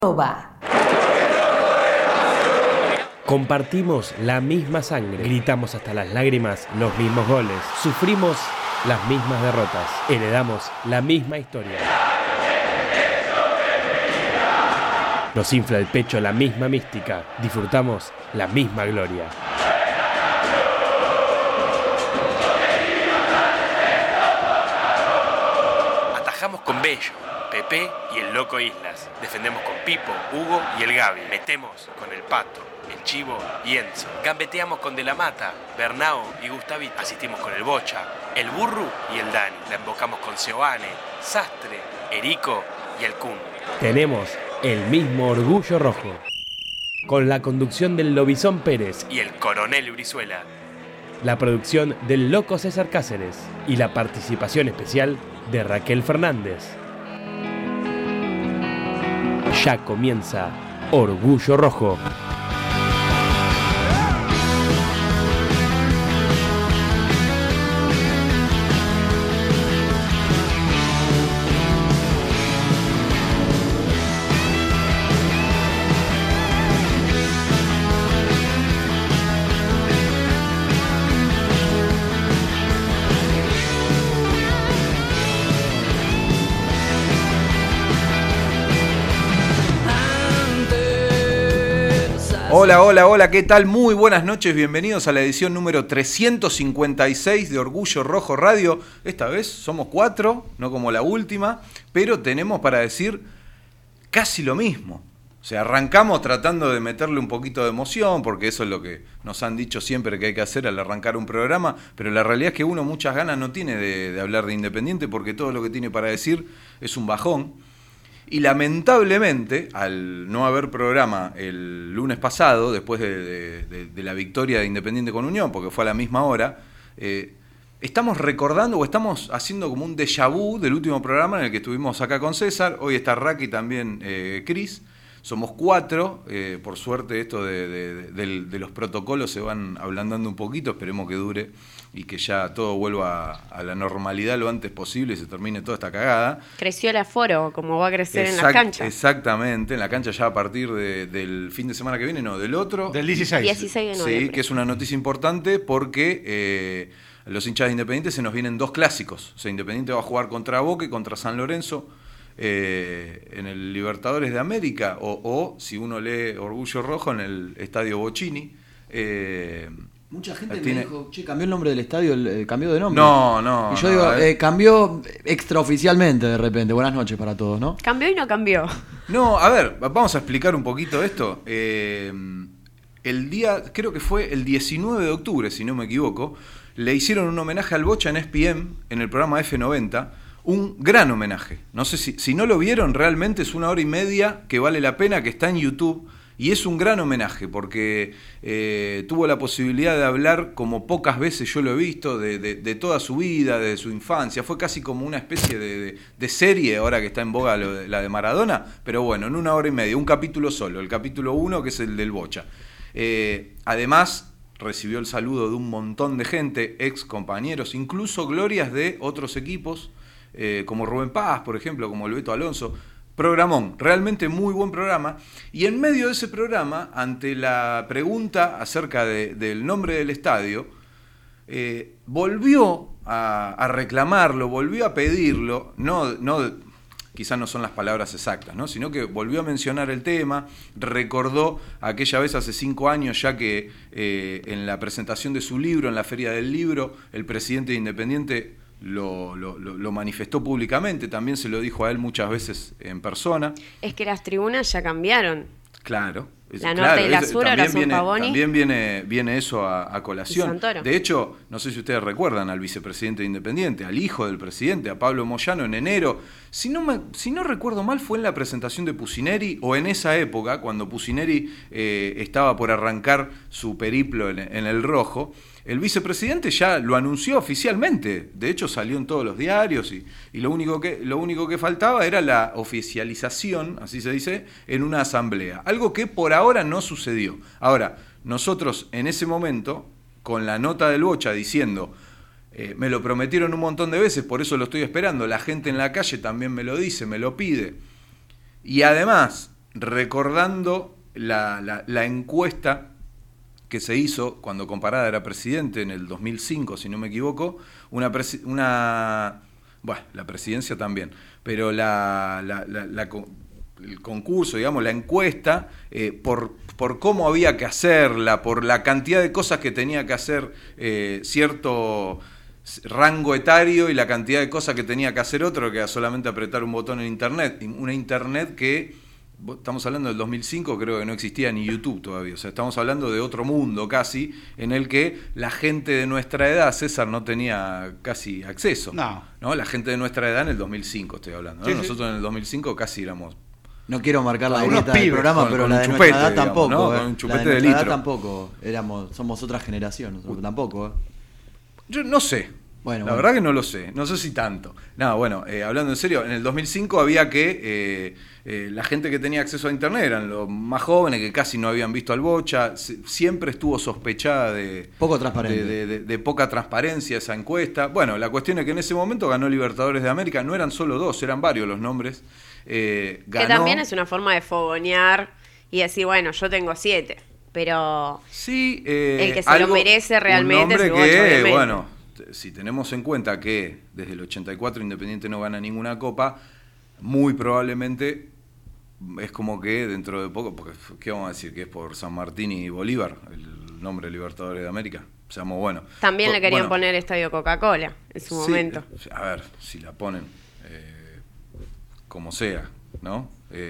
Va. Compartimos la misma sangre, gritamos hasta las lágrimas los mismos goles, sufrimos las mismas derrotas, heredamos la misma historia. Nos infla el pecho la misma mística, disfrutamos la misma gloria. Atajamos con Bello, Pepe y el Loco Islas. Defendemos con Pipo, Hugo y el Gaby. Metemos con el Pato, el Chivo y Enzo. Gambeteamos con De la Mata, Bernao y Gustavito. Asistimos con el Bocha, el Burru y el Dani. La embocamos con Seoane, Sastre, Erico y el Kun. Tenemos el mismo orgullo rojo. Con la conducción del Lobizón Pérez y el Coronel Brizuela. La producción del Loco César Cáceres y la participación especial de Raquel Fernández. Ya comienza Orgullo Rojo. Hola, ¿qué tal? Muy buenas noches, bienvenidos a la edición número 356 de Orgullo Rojo Radio. Esta vez somos 4, no como la última, pero tenemos para decir casi lo mismo. O sea, arrancamos tratando de meterle un poquito de emoción, porque eso es lo que nos han dicho siempre que hay que hacer al arrancar un programa, pero la realidad es que uno muchas ganas no tiene de hablar de Independiente, porque todo lo que tiene para decir es un bajón. Y lamentablemente, al no haber programa el lunes pasado, después de la victoria de Independiente con Unión, porque fue a la misma hora, estamos recordando o estamos haciendo como un déjà vu del último programa en el que estuvimos acá con César. Hoy está Raki también, Cris. Somos 4, por suerte esto de los protocolos se van ablandando un poquito, esperemos que dure y que ya todo vuelva a la normalidad lo antes posible y se termine toda esta cagada. Creció el aforo, como va a crecer en las canchas. Exactamente, en la cancha ya a partir del fin de semana que viene, no, del otro. Del 16. 16 de noviembre. Sí, que es una noticia importante porque los hinchas de Independiente se nos vienen 2 clásicos. O sea, Independiente va a jugar contra Boca y contra San Lorenzo. En el Libertadores de América o si uno lee Orgullo Rojo en el Estadio Bocini. Mucha gente me dijo, che, cambió el nombre del estadio, cambió de nombre. No. Y yo digo, cambió extraoficialmente de repente. Buenas noches para todos, ¿no? ¿Cambió y no cambió? No, a ver, vamos a explicar un poquito esto. El día, creo que fue el 19 de octubre, si no me equivoco, le hicieron un homenaje al Bocha en ESPN, en el programa F90. Un gran homenaje. No sé si no lo vieron, realmente es 1 hora y media que vale la pena, que está en YouTube. Y es un gran homenaje porque tuvo la posibilidad de hablar como pocas veces yo lo he visto, de toda su vida, de su infancia. Fue casi como una especie de serie, ahora que está en boga la de Maradona. Pero bueno, en 1 hora y media, un capítulo solo, el capítulo 1 que es el del Bocha. Además, recibió el saludo de un montón de gente, ex compañeros, incluso glorias de otros equipos, como Rubén Paz, por ejemplo, como el Beto Alonso. Programón, realmente muy buen programa. Y en medio de ese programa, ante la pregunta acerca del nombre del estadio, volvió a reclamarlo, volvió a pedirlo, quizás no son las palabras exactas, ¿no? Sino que volvió a mencionar el tema, recordó aquella vez hace 5 años ya que en la presentación de su libro, en la Feria del Libro, el presidente de Independiente lo manifestó públicamente, también se lo dijo a él muchas veces en persona. Es que las tribunas ya cambiaron. Claro. La norte y la sur ahora son Pavoni. También viene eso a colación. De hecho, no sé si ustedes recuerdan al vicepresidente de Independiente, al hijo del presidente, a Pablo Moyano, en enero. Si no recuerdo mal, fue en la presentación de Pusineri, o en esa época, cuando Pusineri estaba por arrancar su periplo en el Rojo. El vicepresidente ya lo anunció oficialmente, de hecho salió en todos los diarios y lo único que faltaba era la oficialización, así se dice, en una asamblea, algo que por ahora no sucedió. Ahora, nosotros en ese momento, con la nota del Bocha diciendo, me lo prometieron un montón de veces, por eso lo estoy esperando, la gente en la calle también me lo dice, me lo pide, y además recordando la encuesta que se hizo cuando Comparada era presidente en el 2005, si no me equivoco, bueno, la presidencia también, pero el concurso, digamos, la encuesta, por cómo había que hacerla, por la cantidad de cosas que tenía que hacer cierto rango etario y la cantidad de cosas que tenía que hacer otro, que era solamente apretar un botón en Internet, una Internet que... Estamos hablando del 2005, creo que no existía ni YouTube todavía. O sea, estamos hablando de otro mundo casi, en el que la gente de nuestra edad, César, no tenía casi acceso. No. La gente de nuestra edad en el 2005 estoy hablando. Sí, nosotros en el 2005 casi éramos... No quiero marcar la grieta del programa, pero la de nuestra edad tampoco. ¿no? Con un chupete de litro. Tampoco. Somos otra generación, nosotros tampoco. Yo no sé. La verdad que no lo sé, no sé si tanto. Hablando en serio, en el 2005 había que la gente que tenía acceso a Internet eran los más jóvenes que casi no habían visto al Bocha, siempre estuvo sospechada de poca transparencia esa encuesta. Bueno, la cuestión es que en ese momento ganó Libertadores de América, no eran solo 2, eran varios los nombres. Que también es una forma de fogonear y decir, bueno, yo tengo 7, pero sí, el que se lo merece realmente es el Bocha, obviamente. Si tenemos en cuenta que desde el 84 Independiente no gana ninguna copa, muy probablemente es como que dentro de poco, porque ¿qué vamos a decir? Que es por San Martín y Bolívar, el nombre de Libertadores de América. Seamos buenos. También le querían poner Estadio Coca-Cola en su momento. A ver, si la ponen como sea, ¿no?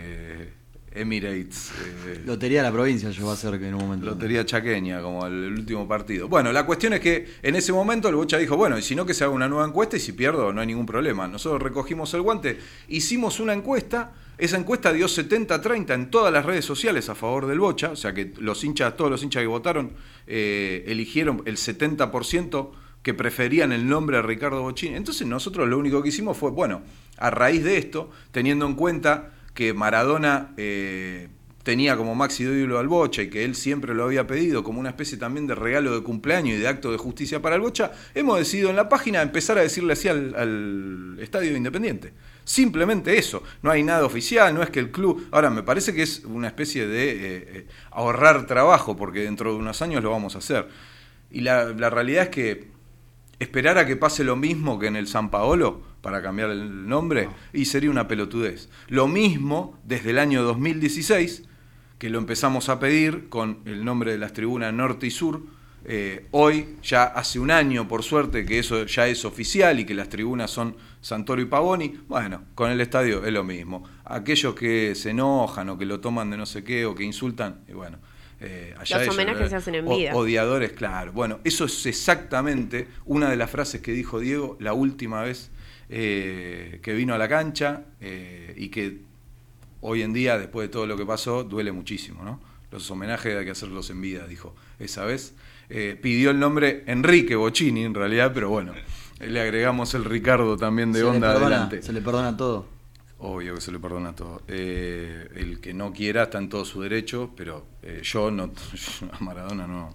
Emirates. Lotería de la provincia va a ser que en un momento. Lotería chaqueña, como el último partido. Bueno, la cuestión es que en ese momento el Bocha dijo, bueno, y si no que se haga una nueva encuesta y si pierdo no hay ningún problema. Nosotros recogimos el guante, hicimos una encuesta, esa encuesta dio 70-30 en todas las redes sociales a favor del Bocha, o sea que todos los hinchas que votaron eligieron el 70% que preferían el nombre de Ricardo Bocchini. Entonces nosotros lo único que hicimos fue, bueno, a raíz de esto, teniendo en cuenta que Maradona tenía como máximo ídolo al Bocha y que él siempre lo había pedido como una especie también de regalo de cumpleaños y de acto de justicia para el Bocha, hemos decidido en la página empezar a decirle así al Estadio Independiente. Simplemente eso, no hay nada oficial, no es que el club... Ahora, me parece que es una especie de ahorrar trabajo, porque dentro de unos años lo vamos a hacer. Y la realidad es que esperar a que pase lo mismo que en el San Paolo para cambiar el nombre, y sería una pelotudez. Lo mismo desde el año 2016, que lo empezamos a pedir con el nombre de las tribunas Norte y Sur. Hoy, ya hace un año, por suerte, que eso ya es oficial y que las tribunas son Santoro y Pavoni. Bueno, con el estadio es lo mismo. Aquellos que se enojan o que lo toman de no sé qué o que insultan, bueno... los homenajes se hacen en vida. Odiadores, claro. Bueno, eso es exactamente una de las frases que dijo Diego la última vez que vino a la cancha y que hoy en día, después de todo lo que pasó, duele muchísimo, ¿no? Los homenajes hay que hacerlos en vida, dijo esa vez. Pidió el nombre Enrique Bocchini, en realidad, pero bueno, le agregamos el Ricardo también de onda adelante. Se le perdona todo. Obvio que se le perdona todo. El que no quiera está en todo su derecho, pero yo a Maradona no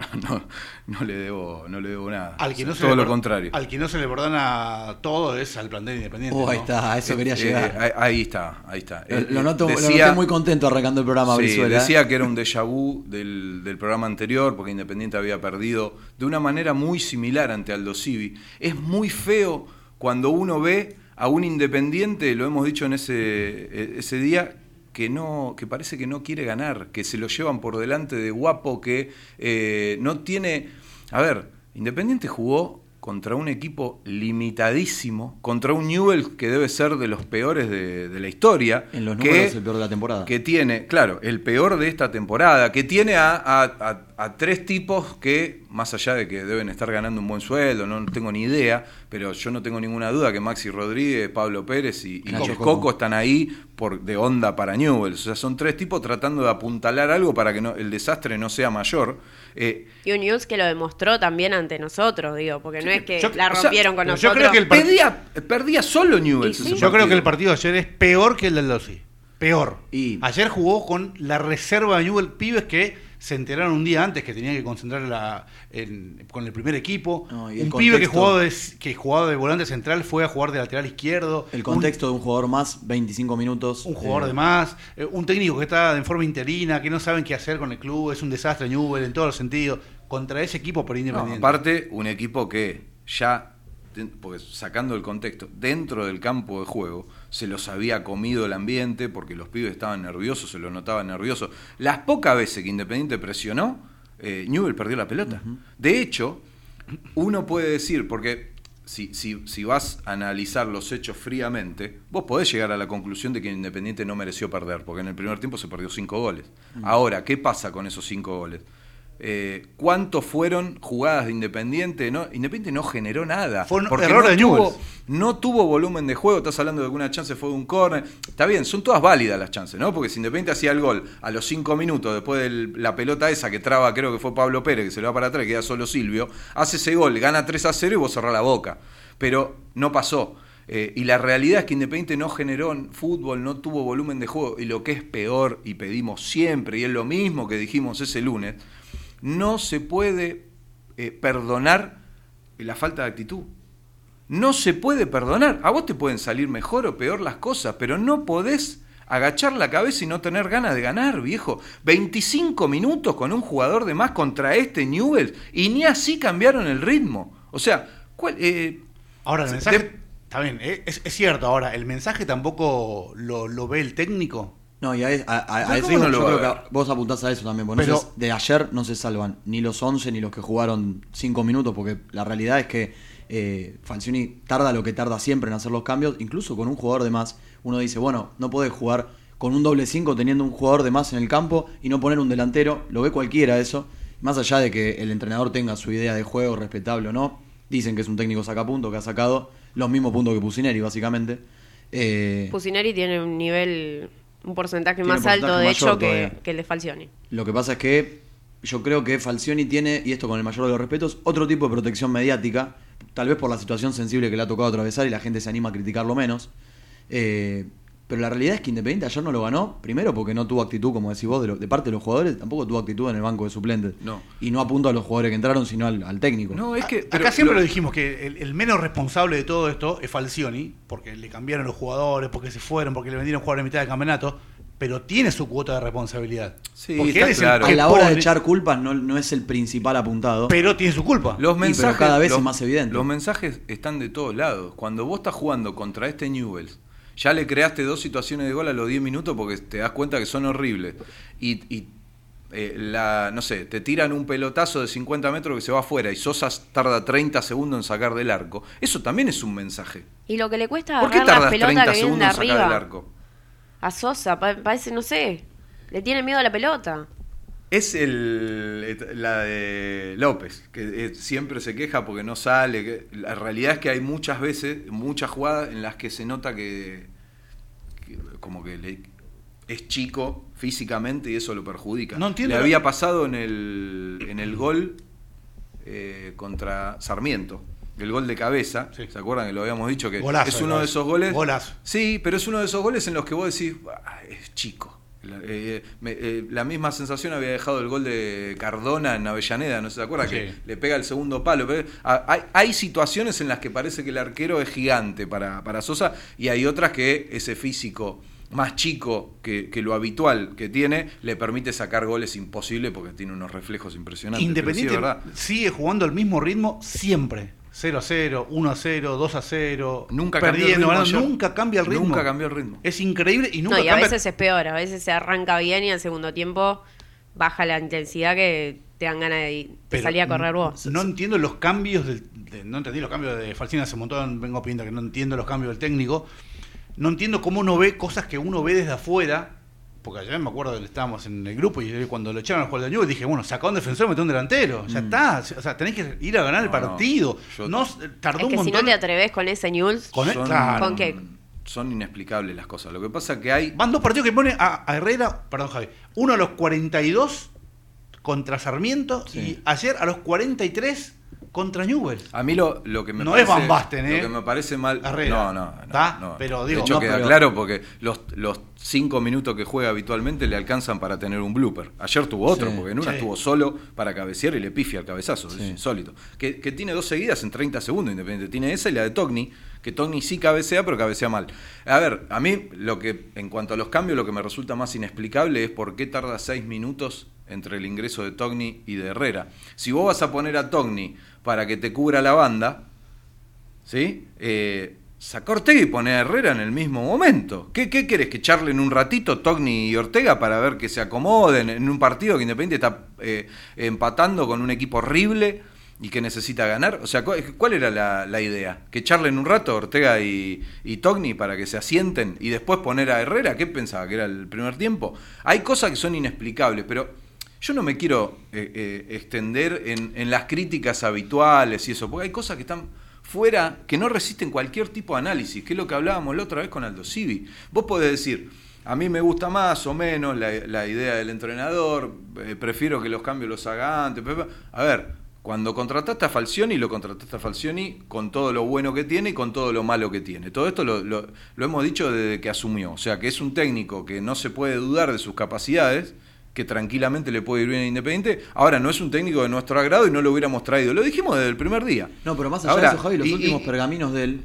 le debo nada. Todo lo contrario. Al que no se le perdona todo es al plantel Independiente. Ahí está, a eso quería llegar. Ahí está. Lo noté muy contento arrancando el programa. Sí, decía que era un déjà vu del programa anterior, porque Independiente había perdido de una manera muy similar ante Aldo Civi. Es muy feo cuando uno ve a un Independiente, lo hemos dicho en ese día, que parece que no quiere ganar, que se lo llevan por delante de guapo, que no tiene... A ver, Independiente jugó contra un equipo limitadísimo, contra un Newell's que debe ser de los peores de la historia. En los números el peor de la temporada. Que tiene, claro, el peor de esta temporada, que tiene a tres tipos que, más allá de que deben estar ganando un buen sueldo, no tengo ni idea, pero yo no tengo ninguna duda que Maxi Rodríguez, Pablo Pérez y Coco están ahí de onda para Newell's. O sea, son tres tipos tratando de apuntalar algo para que el desastre no sea mayor. Y un Newell's que lo demostró también ante nosotros, digo, porque no es que la rompieron con nosotros. Yo creo que perdía solo Newell's. Sí. Yo creo que el partido de ayer es peor que el del Losi. Peor. Ayer jugó con la reserva de Newell's, pibes que se enteraron un día antes que tenían que concentrar con el primer equipo. No, y un el pibe contexto, que jugaba de volante central fue a jugar de lateral izquierdo. El contexto de un jugador más, 25 minutos. Un jugador de más, un técnico que está en forma interina, que no saben qué hacer con el club, es un desastre Newell en todos los sentidos. Contra ese equipo por Independiente. No, aparte, un equipo que ya, porque sacando el contexto, dentro del campo de juego, se los había comido el ambiente porque los pibes estaban nerviosos, se los notaban nerviosos. Las pocas veces que Independiente presionó, Newell perdió la pelota. Uh-huh. De hecho, uno puede decir, porque si vas a analizar los hechos fríamente, vos podés llegar a la conclusión de que Independiente no mereció perder, porque en el primer tiempo se perdió 5 goles. Uh-huh. Ahora, ¿qué pasa con esos 5 goles? ¿Cuántos fueron jugadas de Independiente? No, Independiente no generó nada. Fue un error de Newell's. No tuvo volumen de juego. Estás hablando de que una chance fue de un córner. Está bien, son todas válidas las chances, ¿no? Porque si Independiente hacía el gol a los 5 minutos después de la pelota esa que traba, creo que fue Pablo Pérez, que se lo va para atrás y queda solo Silvio, hace ese gol, gana 3-0 y vos cerrás la boca. Pero no pasó. Y la realidad es que Independiente no generó fútbol, no tuvo volumen de juego. Y lo que es peor, y pedimos siempre, y es lo mismo que dijimos ese lunes, no se puede perdonar la falta de actitud. No se puede perdonar. A vos te pueden salir mejor o peor las cosas, pero no podés agachar la cabeza y no tener ganas de ganar, viejo. 25 minutos con un jugador de más contra Newell's y ni así cambiaron el ritmo. O sea, ahora el mensaje está bien, es cierto. Ahora, el mensaje tampoco lo ve el técnico. No, y a eso yo creo que vos apuntás a eso también. Pero de ayer no se salvan ni los 11 ni los que jugaron 5 minutos, porque la realidad es que Falcioni tarda lo que tarda siempre en hacer los cambios, incluso con un jugador de más. Uno dice, bueno, no podés jugar con un doble 5 teniendo un jugador de más en el campo y no poner un delantero. Lo ve cualquiera eso. Más allá de que el entrenador tenga su idea de juego, respetable o no, dicen que es un técnico sacapunto, que ha sacado los mismos puntos que Pusineri, básicamente. Pusineri tiene un nivel... un porcentaje más alto, de hecho, que el de Falcioni. Lo que pasa es que yo creo que Falcioni tiene, y esto con el mayor de los respetos, otro tipo de protección mediática, tal vez por la situación sensible que le ha tocado atravesar y la gente se anima a criticarlo menos. Pero la realidad es que Independiente ayer no lo ganó, primero porque no tuvo actitud, como decís vos, de parte de los jugadores, tampoco tuvo actitud en el banco de suplentes. No. Y no apunto a los jugadores que entraron, sino al técnico. No, es que acá siempre lo dijimos, que el menos responsable de todo esto es Falcioni, porque le cambiaron los jugadores, porque se fueron, porque le vendieron jugadores en mitad de campeonato, pero tiene su cuota de responsabilidad. Sí, porque él es claro. A la hora de echar culpas no es el principal apuntado. Pero tiene su culpa. Los mensajes, pero cada vez es más evidente. Los mensajes están de todos lados. Cuando vos estás jugando contra Newell's, ya le creaste 2 situaciones de gol a los 10 minutos porque te das cuenta que son horribles. No sé, te tiran un pelotazo de 50 metros que se va afuera y Sosa tarda 30 segundos en sacar del arco. Eso también es un mensaje. Y lo que le cuesta agarrar la pelota que viene de arriba del arco. A Sosa, parece, no sé, le tiene miedo a la pelota. Es la de López, que siempre se queja porque no sale. La realidad es que hay muchas veces, muchas jugadas en las que se nota que como que es chico físicamente y eso lo perjudica. No entiendo. Le había pasado en el gol contra Sarmiento. El gol de cabeza, sí. ¿Se acuerdan que lo habíamos dicho? Que golazo, es uno de esos goles. Golazo. Sí, pero es uno de esos goles en los que vos decís, es chico. La misma sensación había dejado el gol de Cardona en Avellaneda, ¿no se acuerda? Sí. Que le pega el segundo palo. Pero hay situaciones en las que parece que el arquero es gigante para Sosa y hay otras que ese físico más chico que lo habitual que tiene le permite sacar goles imposibles porque tiene unos reflejos impresionantes. Independiente sigue jugando al mismo ritmo siempre. 0-0, 1-0, 2-0, nunca perdiendo, nunca cambia el ritmo. Nunca cambió el ritmo. Es increíble y nunca y a veces es peor, a veces se arranca bien y al segundo tiempo baja la intensidad que te dan ganas de salir a correr vos. No entiendo los cambios no entendí los cambios de Falcioni hace un montón, vengo pidiendo que no entiendo los cambios del técnico. No entiendo cómo uno ve cosas que uno ve desde afuera. Porque ayer me acuerdo que estábamos en el grupo y cuando lo echaron al jugador de Newell's dije, bueno, sacá un defensor, metí un delantero. Ya está. O sea, tenés que ir a ganar el partido. Tardó un montón. Si no te atreves con ese Newell's, ¿con qué? Son inexplicables las cosas. Lo que pasa es que hay... Van 2 partidos que pone a Herrera, perdón Javi, uno a los 42 contra Sarmiento y ayer a los 43 contra Newell's. A mí lo que me no parece, es Van Basten, lo que me parece mal. Herrera. No. Pero digo, de hecho, queda claro porque los 5 minutos que juega habitualmente le alcanzan para tener un blooper. Ayer tuvo otro, porque en una estuvo solo para cabecear y le pifia al cabezazo. Es insólito. Que tiene 2 seguidas en 30 segundos, Independiente. Tiene esa y la de Togni, que Togni sí cabecea, pero cabecea mal. A ver, a mí, en cuanto a los cambios, lo que me resulta más inexplicable es por qué tarda 6 minutos entre el ingreso de Togni y de Herrera. Si vos vas a poner a Togni para que te cubra la banda, ¿sí? Sacá Ortega y poné a Herrera en el mismo momento. ¿Qué querés? ¿Que charlen un ratito Togni y Ortega para ver que se acomoden en un partido que Independiente está empatando con un equipo horrible y que necesita ganar? O sea, ¿cuál era la idea? ¿Que charlen un rato Ortega y Togni para que se asienten y después poner a Herrera? ¿Qué pensaba? ¿Que era el primer tiempo? Hay cosas que son inexplicables, pero yo no me quiero extender en las críticas habituales y eso, porque hay cosas que están fuera, que no resisten cualquier tipo de análisis, que es lo que hablábamos la otra vez con Aldo Civi. Vos podés decir, a mí me gusta más o menos la idea del entrenador, prefiero que los cambios los haga antes. A ver, cuando contrataste a Falcioni, lo contrataste a Falcioni con todo lo bueno que tiene y con todo lo malo que tiene. Todo esto lo hemos dicho desde que asumió. O sea, que es un técnico que no se puede dudar de sus capacidades, que tranquilamente le puede ir bien a Independiente. Ahora, no es un técnico de nuestro agrado y no lo hubiéramos traído. Lo dijimos desde el primer día. No, pero más allá de eso, Javi, los últimos pergaminos de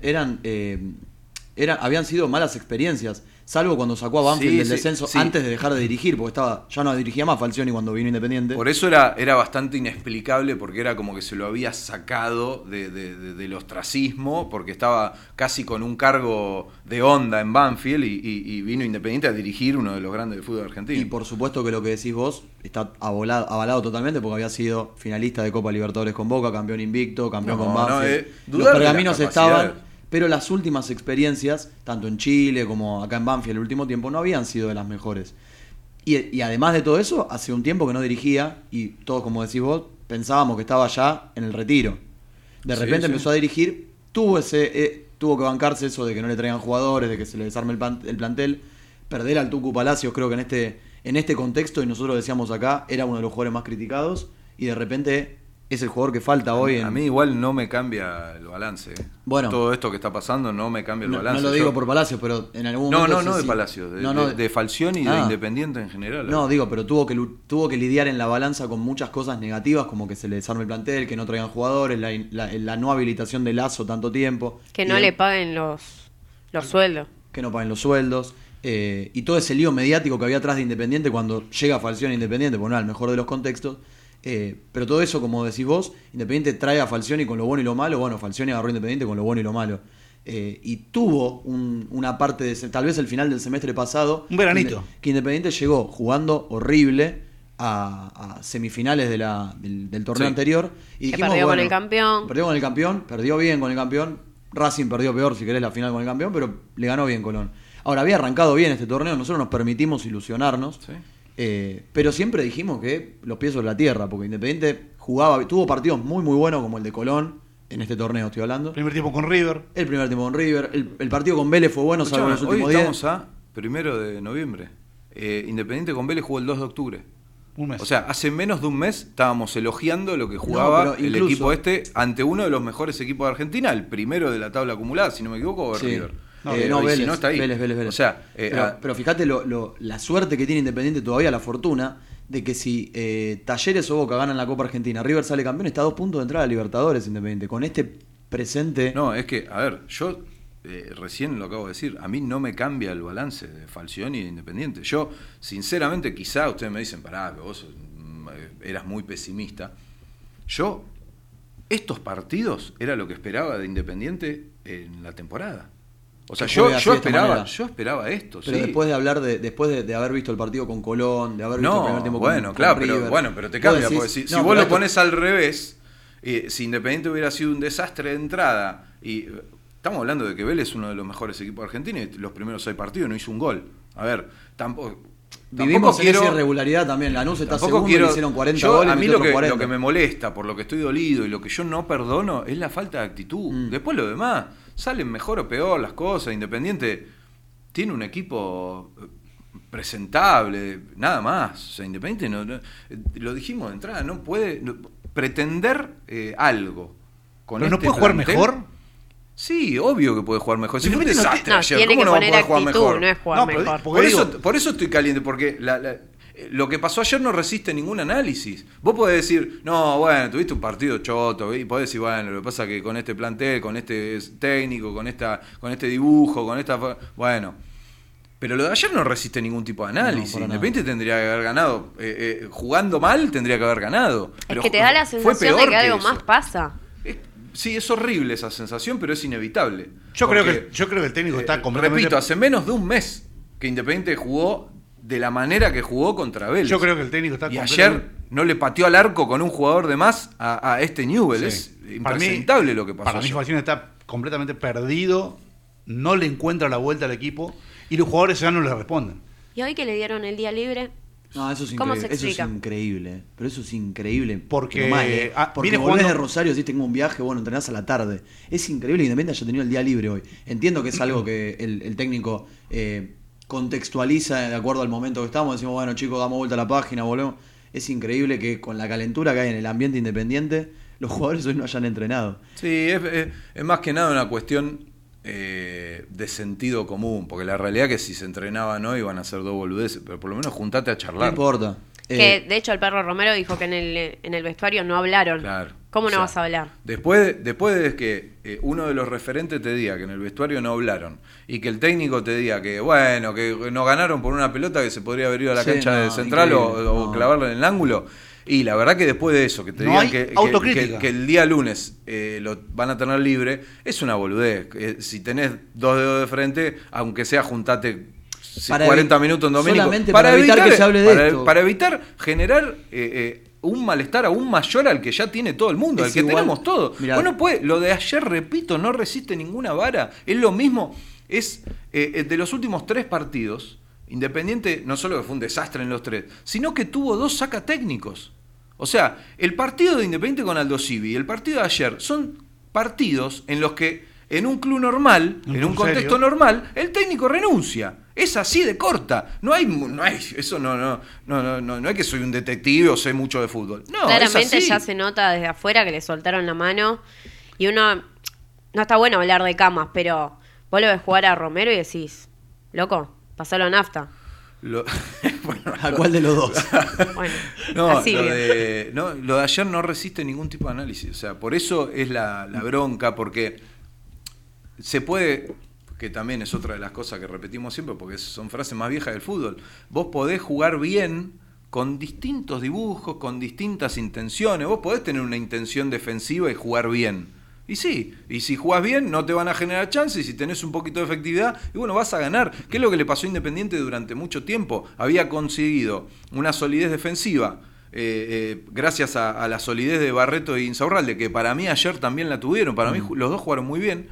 él habían sido malas experiencias. Salvo cuando sacó a Banfield del descenso antes de dejar de dirigir, porque ya no dirigía más Falcioni cuando vino Independiente. Por eso era bastante inexplicable, porque era como que se lo había sacado del ostracismo, porque estaba casi con un cargo de onda en Banfield y vino Independiente a dirigir uno de los grandes del fútbol argentino. Y por supuesto que lo que decís vos está avalado totalmente, porque había sido finalista de Copa Libertadores con Boca, campeón invicto, campeón con Banfield. Los pergaminos estaban... Pero las últimas experiencias, tanto en Chile como acá en Banfield el último tiempo, no habían sido de las mejores. Y además de todo eso, hace un tiempo que no dirigía, y todos, como decís vos, pensábamos que estaba ya en el retiro. De repente empezó a dirigir, tuvo que bancarse eso de que no le traigan jugadores, de que se le desarme el plantel. Perder al Tucu Palacios, creo que en este contexto, y nosotros decíamos acá, era uno de los jugadores más criticados, y de repente... es el jugador que falta hoy. A mí igual no me cambia el balance. Bueno, todo esto que está pasando no me cambia el balance. No lo digo por Palacios, pero en algún momento... No de Palacios, de Falcioni y de Independiente en general. No, digo, pero tuvo que lidiar en la balanza con muchas cosas negativas, como que se le desarme el plantel, que no traigan jugadores, la no habilitación de Lazo tanto tiempo. Que no le paguen los sueldos. Que no paguen los sueldos. Y todo ese lío mediático que había atrás de Independiente cuando llega Falcioni a Independiente, bueno, al mejor de los contextos. Pero todo eso, como decís vos, Independiente trae a Falcioni con lo bueno y lo malo. Bueno, Falcioni agarró a Independiente con lo bueno y lo malo. Y tuvo una parte tal vez el final del semestre pasado, un veranito, que Independiente llegó jugando horrible a semifinales del torneo anterior y dijimos, perdió con el campeón. Perdió con el campeón, perdió bien con el campeón. Racing perdió peor, si querés, la final con el campeón, pero le ganó bien Colón. Ahora, había arrancado bien este torneo, nosotros nos permitimos ilusionarnos. Sí. Pero siempre dijimos que los pies sobre la tierra, porque Independiente tuvo partidos muy muy buenos como el de Colón en este torneo, estoy hablando. El primer tiempo con River, el partido con Vélez fue bueno, salvo los últimos días. Hoy estamos a 1 de noviembre. Independiente con Vélez jugó el 2 de octubre. Un mes. O sea, hace menos de un mes estábamos elogiando lo que jugaba el equipo ante uno de los mejores equipos de Argentina, el primero de la tabla acumulada, si no me equivoco, o River. Vélez, si no está ahí. Vélez. O sea, pero fíjate la suerte que tiene Independiente todavía, la fortuna de que si Talleres o Boca ganan la Copa Argentina, River sale campeón, está a 2 puntos de entrada a Libertadores Independiente. Con este presente... No, es que, a ver, yo recién lo acabo de decir, a mí no me cambia el balance de Falcioni y de Independiente. Yo, sinceramente, quizá ustedes me dicen, pará, que vos eras muy pesimista. Yo, estos partidos era lo que esperaba de Independiente en la temporada. O sea, yo esperaba esto. Pero después de hablar después de haber visto el partido con Colón, de haber visto el primer tiempo con River, pero te cambia, porque si vos lo pones al revés, si Independiente hubiera sido un desastre de entrada, y estamos hablando de que Vélez es uno de los mejores equipos argentinos, y los primeros 6 partidos no hizo un gol. A ver, vivimos en esa irregularidad también. Lanús está segundo y le hicieron 40 goles. A mí lo que me molesta, por lo que estoy dolido y lo que yo no perdono, es la falta de actitud. Después lo demás, salen mejor o peor las cosas. Independiente tiene un equipo presentable, nada más. O sea, Independiente, lo dijimos de entrada, no puede pretender algo ¿Pero no puede jugar mejor? Sí, obvio que puede jugar mejor. Si fue un desastre ayer, ¿cómo no va a poder jugar mejor? No es jugar mejor. Por eso estoy caliente, porque lo que pasó ayer no resiste ningún análisis. Vos podés decir, no, bueno, tuviste un partido choto, y podés decir, bueno, lo que pasa es que con este plantel, con este técnico, con este dibujo, con esta... Bueno, pero lo de ayer no resiste ningún tipo de análisis. Independiente tendría que haber ganado. Jugando mal tendría que haber ganado. Es que te da la sensación de que algo más pasa. Sí, es horrible esa sensación, pero es inevitable. Yo creo que el técnico está completamente... Repito, hace menos de un mes que Independiente jugó de la manera que jugó contra Vélez. Yo creo que el técnico está completamente... ayer no le pateó al arco con un jugador de más a este Newell. Sí. Es impresentable lo que pasó. Para mí Falcioni está completamente perdido, no le encuentra la vuelta al equipo y los jugadores ya no le responden. ¿Y hoy que le dieron el día libre? No, eso es increíble. Eso es increíble. Pero eso es increíble. Porque, porque volvés de Rosario, si tengo un viaje, bueno, entrenás a la tarde. Es increíble que Independiente haya tenido el día libre hoy. Entiendo que es algo que el técnico contextualiza de acuerdo al momento que estamos. Decimos, bueno, chicos, damos vuelta a la página, volvemos. Es increíble que con la calentura que hay en el ambiente Independiente, los jugadores hoy no hayan entrenado. Sí, es más que nada una cuestión de sentido común, porque la realidad es que si se entrenaban hoy iban a hacer dos boludeces, pero por lo menos juntate a charlar. No importa. Que de hecho el perro Romero dijo que en el vestuario no hablaron. Claro. ¿Cómo no vas a hablar? Después de que uno de los referentes te diga que en el vestuario no hablaron y que el técnico te diga que bueno, que no ganaron por una pelota que se podría haber ido a la cancha de Central o clavarla en el ángulo. Y la verdad que después de eso, que te digan que el día lunes lo van a tener libre, es una boludez. Si tenés dos dedos de frente, aunque sea juntate 40 minutos en domingo. Solamente para evitar que se hable de esto. Para evitar generar un malestar aún mayor al que ya tiene todo el mundo, al que tenemos todos. Bueno, pues lo de ayer, repito, no resiste ninguna vara. Es lo mismo, es de los últimos 3 partidos... Independiente no solo que fue un desastre en los 3, sino que tuvo 2 sacatécnicos. O sea, el partido de Independiente con Aldo Civi y el partido de ayer son partidos en los que en un club normal, en un contexto normal, el técnico renuncia. Es así de corta. No hay eso no es que soy un detective o sé mucho de fútbol. No, claramente es así. Ya se nota desde afuera que le soltaron la mano y uno no está bueno hablar de camas, pero vos lo ves jugar a Romero y decís, loco, pasalo a nafta. Bueno, ¿a cuál de los dos? Bueno, lo de ayer no resiste ningún tipo de análisis. O sea, por eso es la bronca, porque se puede, que también es otra de las cosas que repetimos siempre, porque son frases más viejas del fútbol. Vos podés jugar bien con distintos dibujos, con distintas intenciones. Vos podés tener una intención defensiva y jugar bien. Y sí, y si jugás bien no te van a generar chances, y si tenés un poquito de efectividad, y bueno, vas a ganar. ¿Qué es lo que le pasó a Independiente durante mucho tiempo? Había conseguido una solidez defensiva gracias a la solidez de Barreto e Insaurralde, que para mí ayer también la tuvieron. Para mí los dos jugaron muy bien.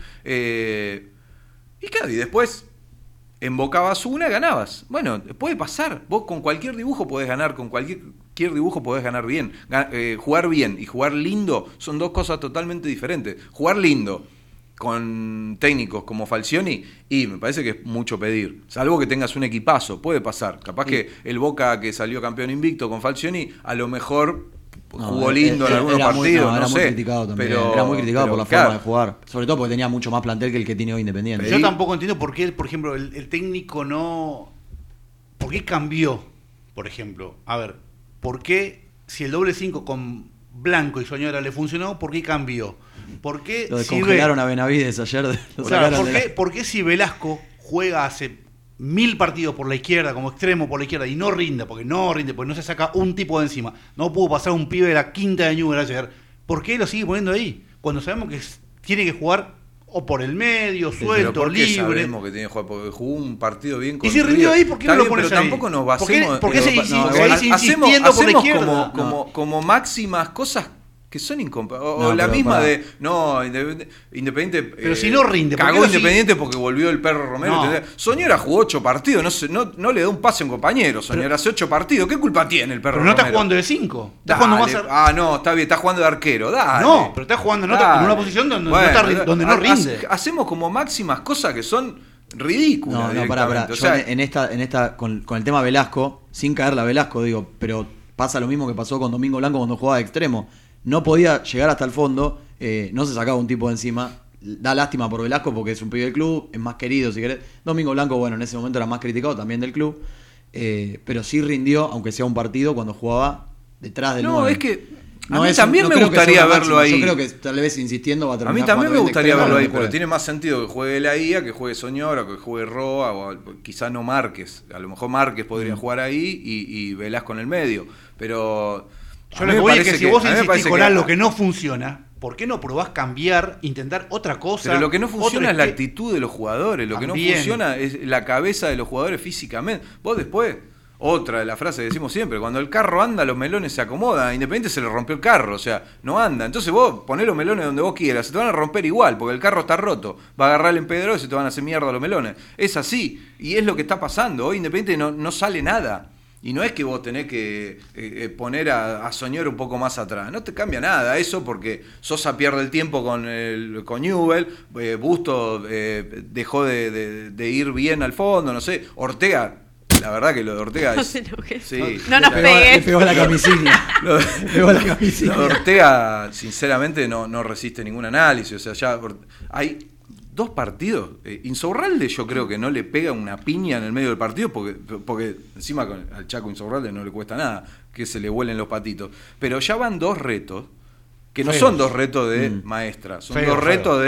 Y claro, y después embocabas una, ganabas. Bueno, puede pasar. Vos con cualquier dibujo podés ganar, con cualquier dibujo podés ganar bien. Jugar bien y jugar lindo son dos cosas totalmente diferentes. Jugar lindo con técnicos como Falcioni, y me parece que es mucho pedir. Salvo que tengas un equipazo, puede pasar. Capaz que el Boca, que salió campeón invicto con Falcioni, a lo mejor jugó lindo en algunos partidos, era no muy sé. Criticado también. Pero, era muy criticado por la forma de jugar. Sobre todo porque tenía mucho más plantel que el que tiene hoy Independiente. Yo tampoco entiendo por qué, por ejemplo, el técnico no... ¿Por qué cambió? Por ejemplo, a ver, ¿por qué si el doble 5 con Blanco y Soñora le funcionó, por qué cambió? ¿Por qué lo descongelaron a Benavides ayer? ¿Por qué si Velasco juega hace 1000 partidos por la izquierda, como extremo por la izquierda, y no rinde, porque no se saca un tipo de encima, no pudo pasar un pibe de la quinta de Newell ayer, ¿por qué lo sigue poniendo ahí? Cuando sabemos que tiene que jugar o por el medio, suelto, libre. Sabemos que tiene que jugar, porque jugó un partido bien construido. Y si rindió ahí, ¿por qué no lo pones ahí? Pero tampoco nos basemos... ¿Por qué seguís insistiendo por la izquierda? Como máximas cosas que son incomparables. La misma de Independiente pero si no rinde, cagó Independiente porque volvió el perro Romero. Soñora jugó 8 partidos, no le da un pase a un compañero. Soñora hace 8 partidos. ¿Qué culpa tiene el perro Romero? Pero no está jugando de 5. No, está bien, está jugando de arquero. Dale. No, pero está jugando en una posición donde no rinde. Hacemos como máximas cosas que son ridículas. No, pará. O sea, en esta con el tema Velasco, sin caerla a Velasco, digo, pero pasa lo mismo que pasó con Domingo Blanco cuando jugaba de extremo. No podía llegar hasta el fondo no se sacaba un tipo de encima. Da lástima por Velasco porque es un pibe del club, es más querido si querés. Domingo Blanco, bueno, en ese momento era más criticado también del club, pero sí rindió, aunque sea un partido, cuando jugaba detrás del 9. Es que a mí también me gustaría verlo ahí. Yo creo que tal vez insistiendo va a terminar. A mí también me gustaría verlo ahí, pero tiene más sentido que juegue la IA, que juegue Soñora, que juegue Roa, o quizás no Márquez. A lo mejor Márquez podría jugar ahí y Velasco en el medio. Pero yo lo que voy es que si vos insistís con algo que no funciona, ¿por qué no probás cambiar, intentar otra cosa? Pero lo que no funciona es la actitud de los jugadores, lo que no funciona es la cabeza de los jugadores físicamente. Vos después, otra de las frases que decimos siempre, cuando el carro anda, los melones se acomodan. A Independiente se le rompió el carro, o sea, no anda. Entonces vos ponés los melones donde vos quieras, se te van a romper igual, porque el carro está roto. Va a agarrar el empedrado y se te van a hacer mierda los melones. Es así, y es lo que está pasando. Hoy Independiente no sale nada. Y no es que vos tenés que poner a Soñor un poco más atrás. No te cambia nada eso porque Sosa pierde el tiempo con Newell, Busto dejó de ir bien al fondo, no sé. Ortega, la verdad que lo de Ortega es... No nos pegues. Le pegó la camisilla. Lo de Ortega, sinceramente, no resiste ningún análisis. O sea, ya hay... 2 partidos. Insaurralde yo creo que no le pega una piña en el medio del partido porque encima al Chaco Insaurralde no le cuesta nada que se le vuelen los patitos. Pero ya van 2 retos que no son 2 retos de maestra, son 2 retos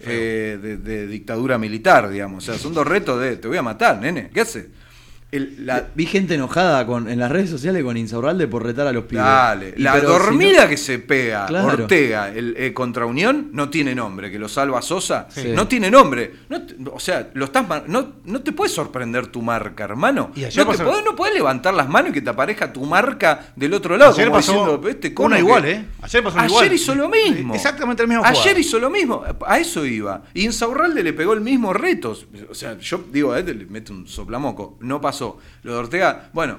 de dictadura militar, digamos. O sea, son 2 retos de te voy a matar, nene. ¿Qué haces? Vi gente enojada en las redes sociales con Insaurralde por retar a los pibes. Dale, la dormida que se pega Ortega contra Unión no tiene nombre, que lo salva Sosa, no tiene nombre. O sea, no te puede sorprender tu marca, hermano. No podés levantar las manos y que te aparezca tu marca del otro lado. Ayer pasó una igual, Ayer hizo lo mismo. Exactamente el mismo Ayer hizo lo mismo. A eso iba. Y Insaurralde le pegó el mismo reto. O sea, yo digo, a él le mete un soplamoco. No pasó. Lo de Ortega, bueno,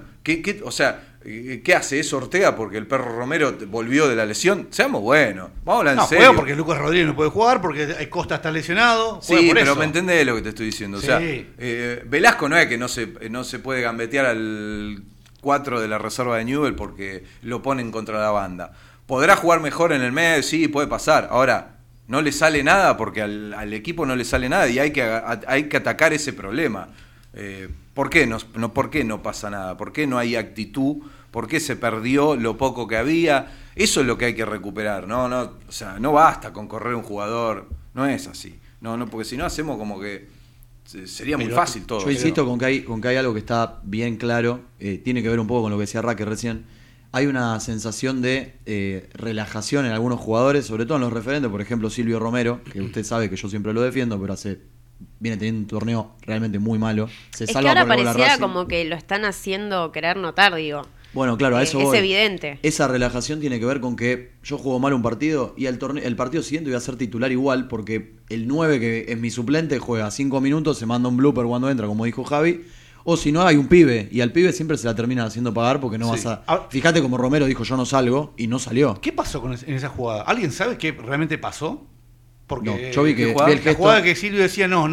¿qué hace eso Ortega? Porque el perro Romero volvió de la lesión. Seamos buenos, vamos a hablar en serio. Juega porque Lucas Rodríguez no puede jugar, porque Costa está lesionado. Sí, pero eso. Me entendés lo que te estoy diciendo. Sí. O sea, Velasco no es que no se puede gambetear al 4 de la reserva de Newell porque lo ponen contra la banda. Podrá jugar mejor en el medio, sí, puede pasar. Ahora, no le sale nada porque al equipo no le sale nada y hay que atacar ese problema. ¿Por qué no pasa nada? ¿Por qué no hay actitud? ¿Por qué se perdió lo poco que había? Eso es lo que hay que recuperar, ¿no? O sea, no basta con correr un jugador, no es así. No, porque si no hacemos como que sería muy fácil todo. Yo insisto con que hay algo que está bien claro, tiene que ver un poco con lo que decía Raque recién. Hay una sensación de relajación en algunos jugadores, sobre todo en los referentes, por ejemplo Silvio Romero, que usted sabe que yo siempre lo defiendo, pero viene teniendo un torneo realmente muy malo. Es que ahora pareciera como que lo están haciendo querer notar, digo. Bueno, claro, a eso es voy. Evidente. Esa relajación tiene que ver con que yo juego mal un partido y el partido siguiente voy a ser titular igual porque el 9 que es mi suplente juega 5 minutos, se manda un blooper cuando entra, como dijo Javi. O si no, hay un pibe, y al pibe siempre se la terminan haciendo pagar porque no vas a... Fíjate como Romero dijo, yo no salgo, y no salió. ¿Qué pasó en esa jugada? ¿Alguien sabe qué realmente pasó? Porque no, yo vi que la jugada que Silvio decía, no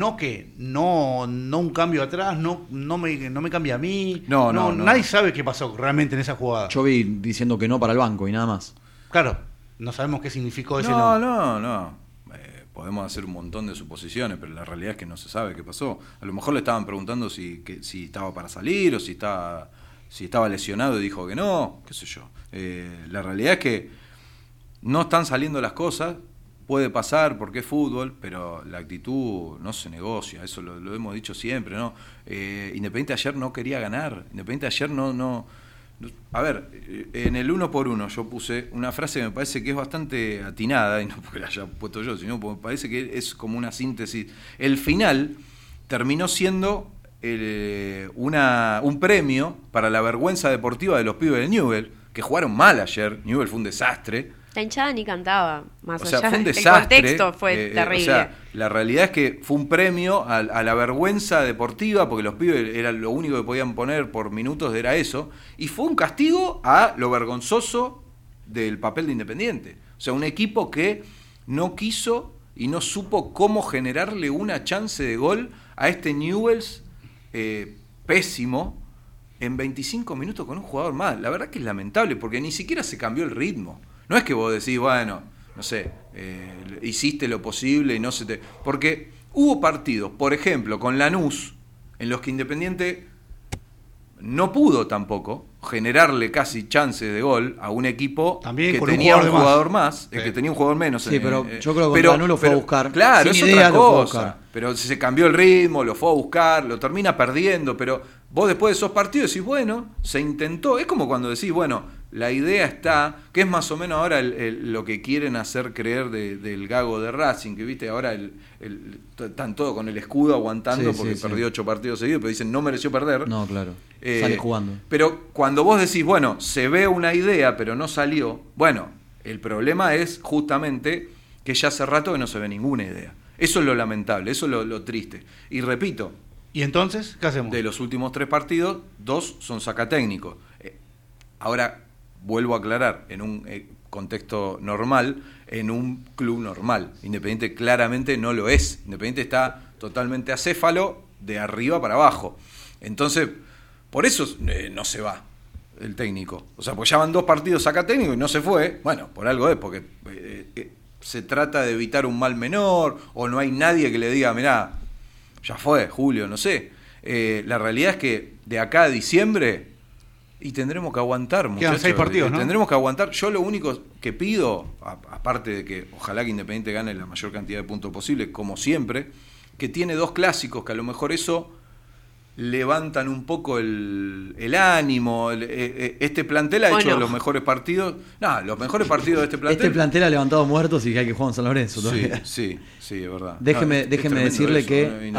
un cambio atrás, no me cambia a mí. No. Nadie sabe qué pasó realmente en esa jugada. Yo vi diciendo que no para el banco y nada más. Claro, no sabemos qué significó ese no. Podemos hacer un montón de suposiciones, pero la realidad es que no se sabe qué pasó. A lo mejor le estaban preguntando si estaba para salir o si estaba lesionado y dijo que no, qué sé yo. La realidad es que no están saliendo las cosas, puede pasar porque es fútbol, pero la actitud no se negocia, eso lo hemos dicho siempre, ¿no? Independiente ayer no quería ganar, Independiente ayer no. A ver, en el 1-por-1 yo puse una frase que me parece que es bastante atinada, y no porque la haya puesto yo, sino porque me parece que es como una síntesis. El final terminó siendo un premio para la vergüenza deportiva de los pibes de Newell, que jugaron mal ayer. Newell fue un desastre. La hinchada ni cantaba, más allá. Fue un desastre. El contexto fue terrible. O sea, la realidad es que fue un premio a la vergüenza deportiva, porque los pibes era lo único que podían poner por minutos era eso, y fue un castigo a lo vergonzoso del papel de Independiente. O sea, un equipo que no quiso y no supo cómo generarle una chance de gol a este Newell's pésimo en 25 minutos con un jugador más. La verdad que es lamentable, porque ni siquiera se cambió el ritmo. No es que vos decís, bueno, no sé, hiciste lo posible y no se te... Porque hubo partidos, por ejemplo, con Lanús, en los que Independiente no pudo tampoco generarle casi chances de gol a un equipo también que con tenía un jugador jugador más, sí. que tenía un jugador menos. Sí, pero yo creo que Lanús lo fue a buscar. Claro, sin es idea otra lo fue a cosa. buscar. Pero se cambió el ritmo, lo fue a buscar, lo termina perdiendo, pero vos después de esos partidos decís, bueno, se intentó. Es como cuando decís, bueno, la idea está, que es más o menos ahora lo que quieren hacer creer del Gago de Racing, que viste, ahora están todos con el escudo aguantando porque perdió 8 partidos seguidos, pero dicen, no mereció perder. No, claro. Sale jugando. Pero cuando vos decís, bueno, se ve una idea, pero no salió, bueno, el problema es justamente que ya hace rato que no se ve ninguna idea. Eso es lo lamentable, eso es lo triste. Y repito, ¿y entonces qué hacemos? De los últimos 3 partidos, 2 son sacatécnicos. Ahora, vuelvo a aclarar, en un contexto normal, en un club normal. Independiente claramente no lo es. Independiente está totalmente acéfalo de arriba para abajo. Entonces, por eso no se va el técnico. O sea, pues ya van 2 partidos sacatécnicos y no se fue. Bueno, por algo es, porque se trata de evitar un mal menor, o no hay nadie que le diga, mirá, ya fue, Julio, no sé. La realidad es que de acá a diciembre, y tendremos que aguantar, muchachos. Quedan 6 partidos, ¿no? Tendremos que aguantar. Yo lo único que pido, aparte de que ojalá que Independiente gane la mayor cantidad de puntos posible, como siempre, que tiene 2 clásicos, que a lo mejor eso levantan un poco el ánimo. Este plantel ha hecho los mejores partidos. No, los mejores partidos de este plantel. Este plantel ha levantado muertos y que hay que jugar en San Lorenzo todavía. Sí, es verdad. Déjeme decirle eso, que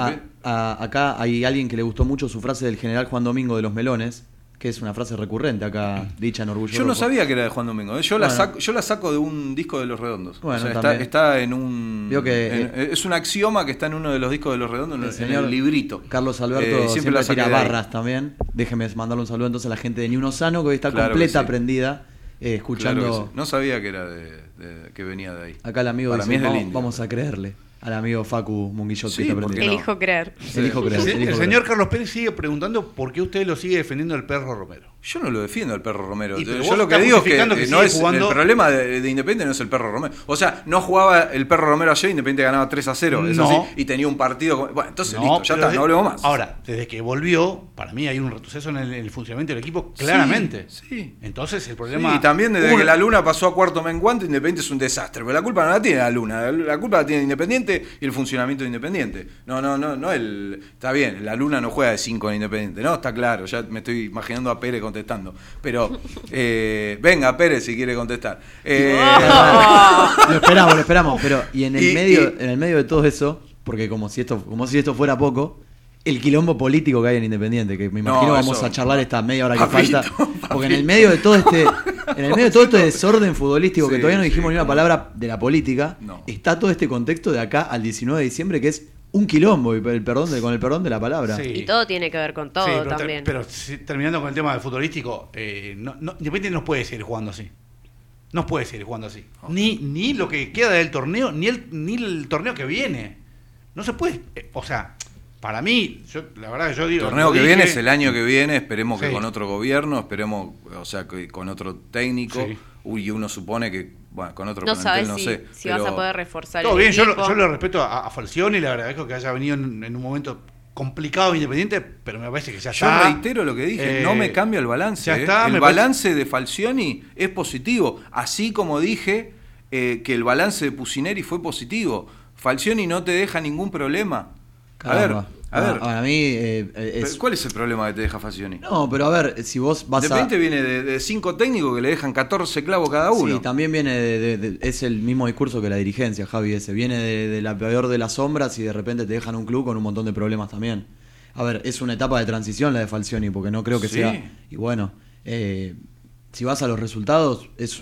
acá hay alguien que le gustó mucho su frase del general Juan Domingo de los Melones, que es una frase recurrente acá, dicha en Orgullo Yo no Rojo. sabía que era de Juan Domingo. Yo la saco de un disco de Los Redondos. Bueno, o sea, está en un... es un axioma que está en uno de los discos de Los Redondos, en el librito. Carlos Alberto siempre tira barras también. Déjeme mandarle un saludo entonces a la gente de Ni Uno Sano, que hoy está completa prendida, escuchando... Claro que sí. No sabía que era que venía de ahí. Acá el amigo Para dice, mí es del Indio. Vamos a creerle. Al amigo Facu Munguillot. Sí, que está prendido. Elijo creer. Elijo creer. El señor Carlos Pérez sigue preguntando por qué usted lo sigue defendiendo el Perro Romero. Yo no lo defiendo al Perro Romero. Yo lo que digo es que no es jugando... el problema de Independiente no es el Perro Romero. O sea, no jugaba el Perro Romero ayer, Independiente ganaba 3-0, eso sí, y tenía un partido... Bueno, entonces listo, ya está, no hablemos más. Ahora, desde que volvió, para mí hay un retroceso en el funcionamiento del equipo, claramente. Sí. Entonces el problema... Sí, y también desde que la Luna pasó a cuarto menguante, Independiente es un desastre. Pero la culpa no la tiene la Luna, la culpa la tiene Independiente y el funcionamiento de Independiente. No, está bien, la Luna no juega de 5 en Independiente, no, está claro, ya me estoy imaginando a Pérez contestando. Pero venga Pérez si quiere contestar. Lo esperamos, pero y en el medio de todo eso, porque como si esto fuera poco, el quilombo político que hay en Independiente, que me imagino vamos a charlar esta media hora que falta, porque en el medio de todo este desorden futbolístico, que todavía no dijimos ni una palabra de la política, está todo este contexto de acá al 19 de diciembre que es un quilombo, con el perdón de la palabra. Sí. Y todo tiene que ver con todo también. Pero terminando con el tema del futbolístico, Independiente no puede seguir jugando así. No puede seguir jugando así. Ni lo que queda del torneo, ni el torneo que viene. No se puede. O sea, para mí, la verdad que yo digo... El torneo que viene es el año que viene, esperemos que con otro gobierno, esperemos, o sea, que con otro técnico. Y uno supone que, bueno, con otro plantel no sé. Si pero... vas a poder reforzar todo el bien, equipo. yo lo respeto a Falcioni y le agradezco que haya venido en un momento complicado Independiente, pero me parece que ya está. Yo reitero lo que dije, no me cambia el balance. Ya está, el balance de Falcioni es positivo, así como dije que el balance de Pusineri fue positivo. Falcioni no te deja ningún problema. Caramba. A ver. A mí ¿cuál es el problema que te deja Falcioni? No, pero a ver, si vos vas Independiente viene de 5 técnicos que le dejan 14 clavos cada uno. Sí, también viene es el mismo discurso que la dirigencia, Javi, ese. Viene de la peor de las sombras y de repente te dejan un club con un montón de problemas también. A ver, es una etapa de transición la de Falcioni, porque no creo que sea... Y bueno, si vas a los resultados, es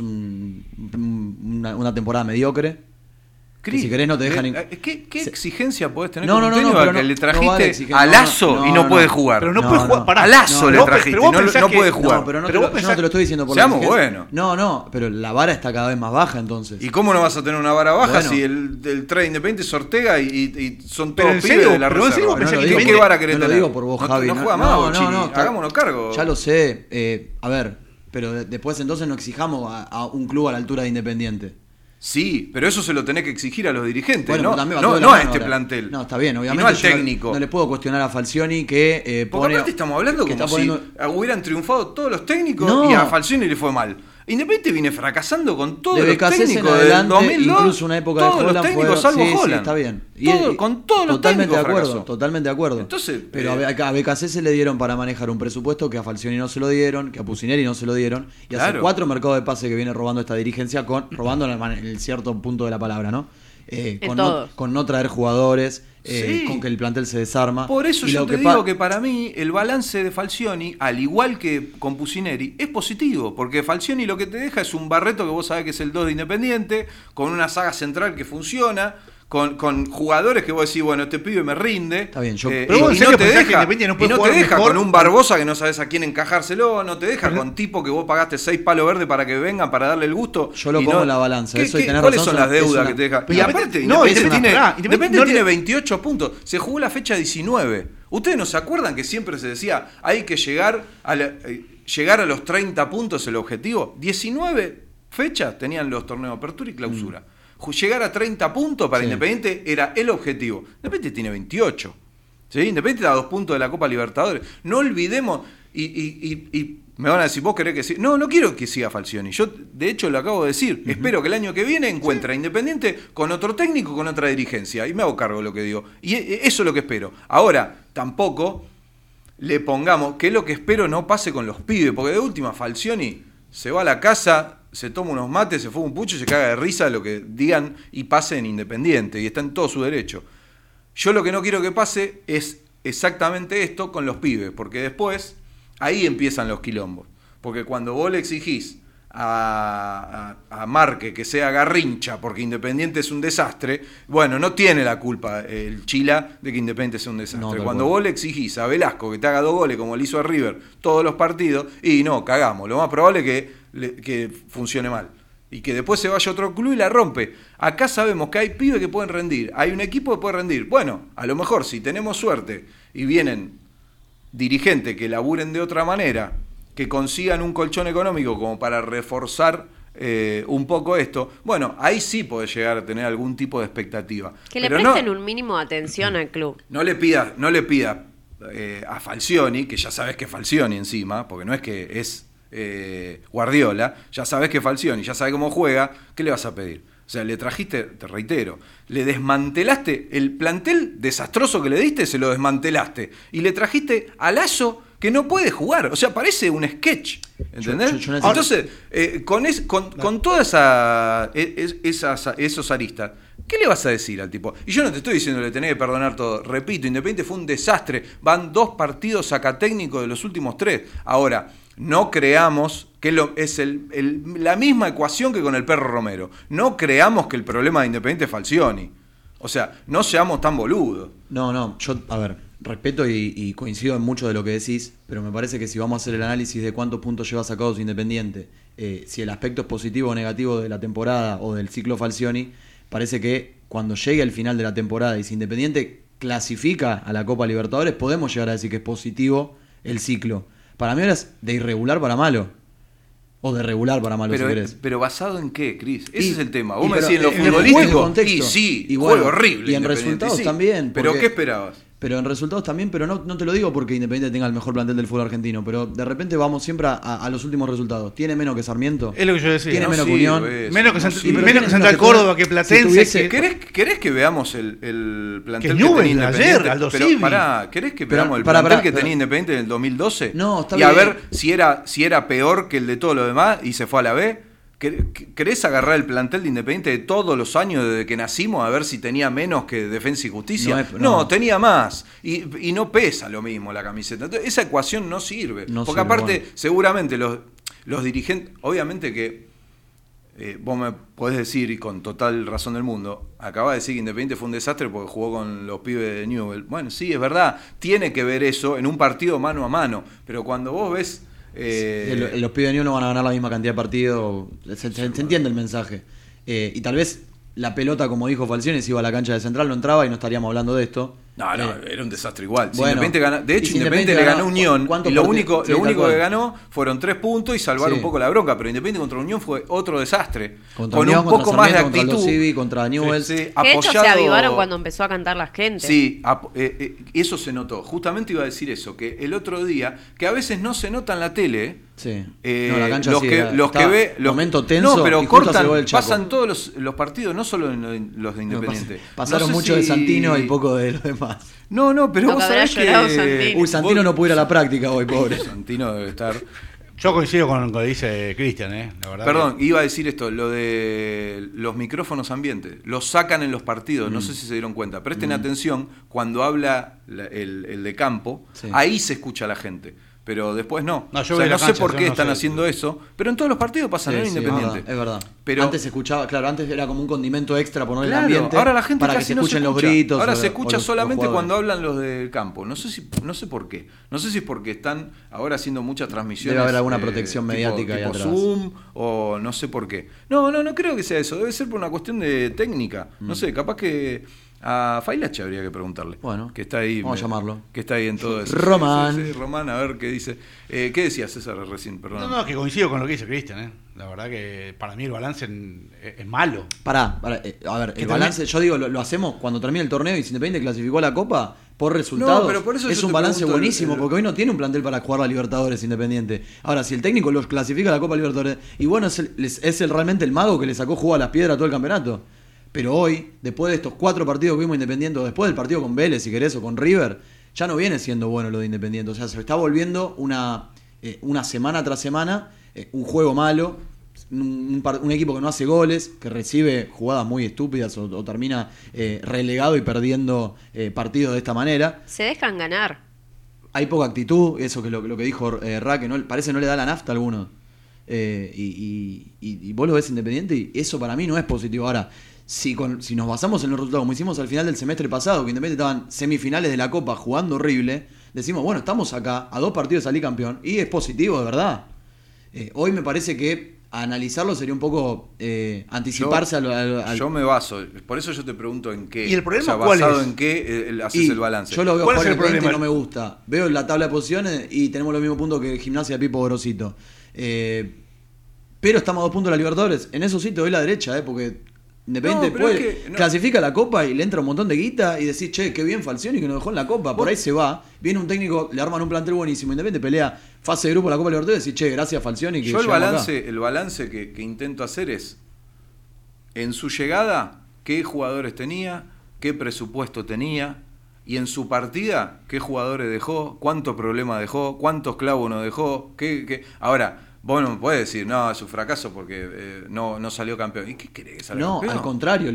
una temporada mediocre. Que si querés no te dejan... ¿Qué exigencia podés tener con un técnico que le trajiste a Lazo y no puede jugar? Pero no puede jugar. A Lazo le trajiste, no puede jugar. No, pero no te lo estoy diciendo por seamos buenos. No, pero la vara está cada vez más baja entonces. ¿Y cómo no vas a tener una vara baja si el 3 de Independiente es Ortega y son todos pibes de la reserva? ¿Qué vara querés tener? No lo digo por vos, Javi. No juega más, hagámonos cargo. Ya lo sé. A ver, pero después entonces no exijamos a un club a la altura de Independiente. Sí, pero eso se lo tenés que exigir a los dirigentes, bueno, no a este plantel. No, está bien, obviamente. Y no al técnico. No le puedo cuestionar a Falcioni que porque aparte estamos hablando como si hubieran triunfado todos los técnicos y a Falcioni le fue mal. Independiente viene fracasando con todos los técnicos del 2002, incluso una época de todos los técnicos salvo Holland. Sí, está bien. Con todos los técnicos fracasó. Totalmente de acuerdo. Entonces, pero a BKC se le dieron para manejar un presupuesto que a Falcioni no se lo dieron, que a Pusineri no se lo dieron, y hace 4 mercados de pase que viene robando esta dirigencia, robando en el cierto punto de la palabra, ¿no? Con no traer jugadores, con que el plantel se desarma. Por eso yo te digo que para mí el balance de Falcioni, al igual que con Pusineri, es positivo, porque Falcioni lo que te deja es un Barreto que vos sabés que es el 2 de Independiente, con una saga central que funciona, con jugadores que vos decís, bueno, este pibe me rinde. Está bien, pero vos no te deja con un Barbosa que no sabes a quién encajárselo, no te deja con tipo que vos pagaste 6 palos verdes para que vengan, para darle el gusto. Yo lo pongo en la balanza. ¿Cuáles son las deudas que te deja? Y aparte, Independiente tiene 28 puntos. Se jugó la fecha 19. ¿Ustedes no se acuerdan que siempre se decía hay que llegar a los 30 puntos el objetivo? 19 fechas tenían los torneos de apertura y clausura. Llegar a 30 puntos para Independiente era el objetivo. Independiente tiene 28. ¿Sí? Independiente da 2 puntos de la Copa Libertadores. No olvidemos, y me van a decir, ¿vos querés que siga? No quiero que siga Falcioni. Yo, de hecho, lo acabo de decir. Espero que el año que viene encuentre a Independiente con otro técnico, con otra dirigencia. Y me hago cargo de lo que digo. Y eso es lo que espero. Ahora, tampoco le pongamos, que es lo que espero no pase con los pibes. Porque de última, Falcioni se va a la casa, se toma unos mates, se fue un pucho y se caga de risa de lo que digan y pase en Independiente. Y está en todo su derecho. Yo lo que no quiero que pase es exactamente esto con los pibes. Porque después, ahí empiezan los quilombos. Porque cuando vos le exigís a Marque que sea garrincha porque Independiente es un desastre, bueno, no tiene la culpa el Chila de que Independiente sea un desastre. Cuando vos le exigís a Velasco que te haga 2 goles como le hizo a River todos los partidos, y no, cagamos. Lo más probable es que funcione mal. Y que después se vaya a otro club y la rompe. Acá sabemos que hay pibes que pueden rendir, hay un equipo que puede rendir. Bueno, a lo mejor si tenemos suerte y vienen dirigentes que laburen de otra manera, que consigan un colchón económico como para reforzar un poco esto, bueno, ahí sí podés llegar a tener algún tipo de expectativa. Que le presten un mínimo de atención al club. No le pida a Falcioni, que ya sabes que es Falcioni encima, porque no es que es Guardiola, ya sabes que es Falcioni, ya sabes cómo juega, ¿qué le vas a pedir? O sea, le trajiste, te reitero, le desmantelaste el plantel desastroso que le diste, se lo desmantelaste, y le trajiste a Lazo que no puede jugar. O sea, parece un sketch, ¿entendés? Entonces, con todas esos aristas, ¿qué le vas a decir al tipo? Y yo no te estoy diciendo le tenés que perdonar todo. Repito, Independiente fue un desastre. Van 2 partidos sacatécnicos de los últimos 3. Ahora, no creamos que es la misma ecuación que con el Perro Romero. No creamos que el problema de Independiente es Falcioni. O sea, no seamos tan boludos. No, yo, a ver, respeto y coincido en mucho de lo que decís, pero me parece que si vamos a hacer el análisis de cuántos puntos lleva sacados Independiente, si el aspecto es positivo o negativo de la temporada o del ciclo Falcioni, parece que cuando llegue al final de la temporada y si Independiente clasifica a la Copa Libertadores, podemos llegar a decir que es positivo el ciclo. Para mí ahora es de irregular para malo. O de regular para malo, pero, si querés. Pero ¿basado en qué, Cris? Ese es el tema. Vos me decís en lo futbolístico, y sí, y bueno, juego horrible. Y en resultados también. ¿Pero qué esperabas? Pero en resultados también, pero no te lo digo porque Independiente tenga el mejor plantel del fútbol argentino, pero de repente vamos siempre a los últimos resultados. ¿Tiene menos que Sarmiento? Es lo que yo decía. ¿Tiene menos que Unión? Menos que Central Córdoba, que Platense. ¿Querés que veamos el plantel que tenía Independiente? Ayer, Aldo Civi. Pero pará, ¿querés que veamos el plantel que tenía Independiente en el 2012? No, está y bien. A ver si era peor que el de todos los demás y se fue a la B. ¿Querés agarrar el plantel de Independiente de todos los años desde que nacimos a ver si tenía menos que Defensa y Justicia? No, tenía más. Y no pesa lo mismo la camiseta. Entonces, esa ecuación no sirve. Porque aparte, seguramente los dirigentes, obviamente que vos me podés decir, y con total razón del mundo, acabás de decir que Independiente fue un desastre porque jugó con los pibes de Newell. Bueno, sí, es verdad. Tiene que ver eso en un partido mano a mano. Pero cuando vos ves... los pibes de Newell no van a ganar la misma cantidad de partidos. Se entiende el mensaje. Y tal vez la pelota, como dijo Falcioni, si iba a la cancha de Central no entraba y no estaríamos hablando de esto. No, era un desastre igual. Bueno, de hecho, Independiente le ganó a Unión y lo único que ganó fueron 3 puntos y salvar un poco la bronca, pero Independiente contra Unión fue otro desastre. Contra Unión, un poco más de actitud. Contra Civi, contra Newell's. De hecho se avivaron cuando empezó a cantar la gente. Sí, eso se notó. Justamente iba a decir eso, que el otro día, que a veces no se nota en la tele. Sí. La cancha los que ve momento tenso, no, pero pasan todos los partidos, no solo en los de Independiente. Pasaron mucho de Santino y poco de los demás. No, pero vos sabés que Santino no pudo ir a la práctica hoy, pobre. Santino debe estar. Yo coincido con lo que dice Cristian, la verdad. Perdón, iba a decir esto, lo de los micrófonos ambientes, los sacan en los partidos, no sé si se dieron cuenta. Presten atención, cuando habla el de campo, ahí se escucha a la gente. Pero después no. No sé por qué están haciendo eso, pero en todos los partidos pasan en Independiente. Es verdad. Pero antes se escuchaba, antes era como un condimento extra poner el ambiente. Ahora la gente para que se escuchen los gritos. Ahora se escucha solamente cuando hablan los del campo. No sé por qué. No sé si es porque están ahora haciendo muchas transmisiones. Debe haber alguna protección mediática ahí atrás. Zoom, o no sé por qué. No creo que sea eso. Debe ser por una cuestión de técnica. No sé, capaz que a Failache habría que preguntarle. Bueno, que está ahí. Vamos a llamarlo. Que está ahí en todo eso. Román. Sí, Román, a ver qué dice. ¿Qué decías, César, recién? Perdón. No, que coincido con lo que dice Cristian. La verdad que para mí el balance es malo. A ver, el balance, yo digo, lo hacemos cuando termine el torneo y si Independiente clasificó a la Copa por resultados. No, pero por eso es un balance buenísimo, porque hoy no tiene un plantel para jugar la Libertadores Independiente. Ahora, si el técnico los clasifica a la Copa Libertadores, y bueno, es realmente el mago que le sacó jugo a las piedras todo el campeonato. Pero hoy, después de estos 4 partidos que vimos Independiente, después del partido con Vélez, si querés, o con River, ya no viene siendo bueno lo de Independiente. O sea, se está volviendo una semana tras semana, un juego malo, un equipo que no hace goles, que recibe jugadas muy estúpidas o termina relegado y perdiendo partidos de esta manera. Se dejan ganar. Hay poca actitud, eso que lo que dijo Ra, que parece no le da la nafta a alguno. Y vos lo ves Independiente y eso para mí no es positivo. Ahora, si nos basamos en los resultados, como hicimos al final del semestre pasado, que Independiente estaban semifinales de la Copa jugando horrible, decimos, bueno, estamos acá a 2 partidos de salir campeón y es positivo, de verdad. Hoy me parece que analizarlo sería un poco anticiparse al... Yo me baso, por eso yo te pregunto en qué. ¿Y el problema cuál es? ¿En qué haces el balance? Yo lo veo jugar el problema, no me gusta. Veo la tabla de posiciones y tenemos los mismos puntos que Gimnasia de Pipo Gorosito. Pero estamos a 2 puntos de la Libertadores. En eso sí te doy la derecha, porque Independiente clasifica la Copa y le entra un montón de guita y decís, che, qué bien Falcioni que nos dejó en la Copa. Por ahí se va, viene un técnico, le arman un plantel buenísimo, Independiente pelea fase de grupo de la Copa Libertadores y decís, che, gracias Falcioni. Que yo el balance que intento hacer es, en su llegada, qué jugadores tenía, qué presupuesto tenía, y en su partida, qué jugadores dejó, cuántos problemas dejó, cuántos clavos nos dejó, Ahora, vos no me podés decir, no, es un fracaso porque no salió campeón. ¿Y qué querés que salga campeón? No, al contrario,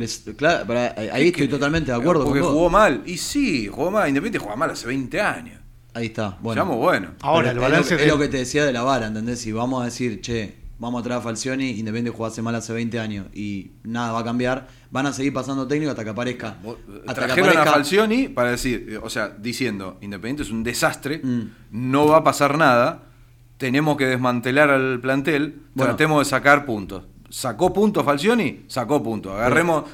ahí estoy totalmente de acuerdo porque con vos. Jugó mal. Y sí, jugó mal. Independiente juega mal hace 20 años. Ahí está, bueno. Llamo bueno. Ahora, el balance es lo que te decía de la vara, ¿entendés? Si vamos a decir, che, vamos a traer a Falcioni, Independiente jugó hace mal hace 20 años y nada va a cambiar, van a seguir pasando técnicos hasta que aparezca. Trajeron a Falcioni para decir, o sea, diciendo, Independiente es un desastre, no va a pasar nada, tenemos que desmantelar al plantel, tratemos de sacar puntos. ¿Sacó puntos Falcioni? Sacó puntos. Agarremos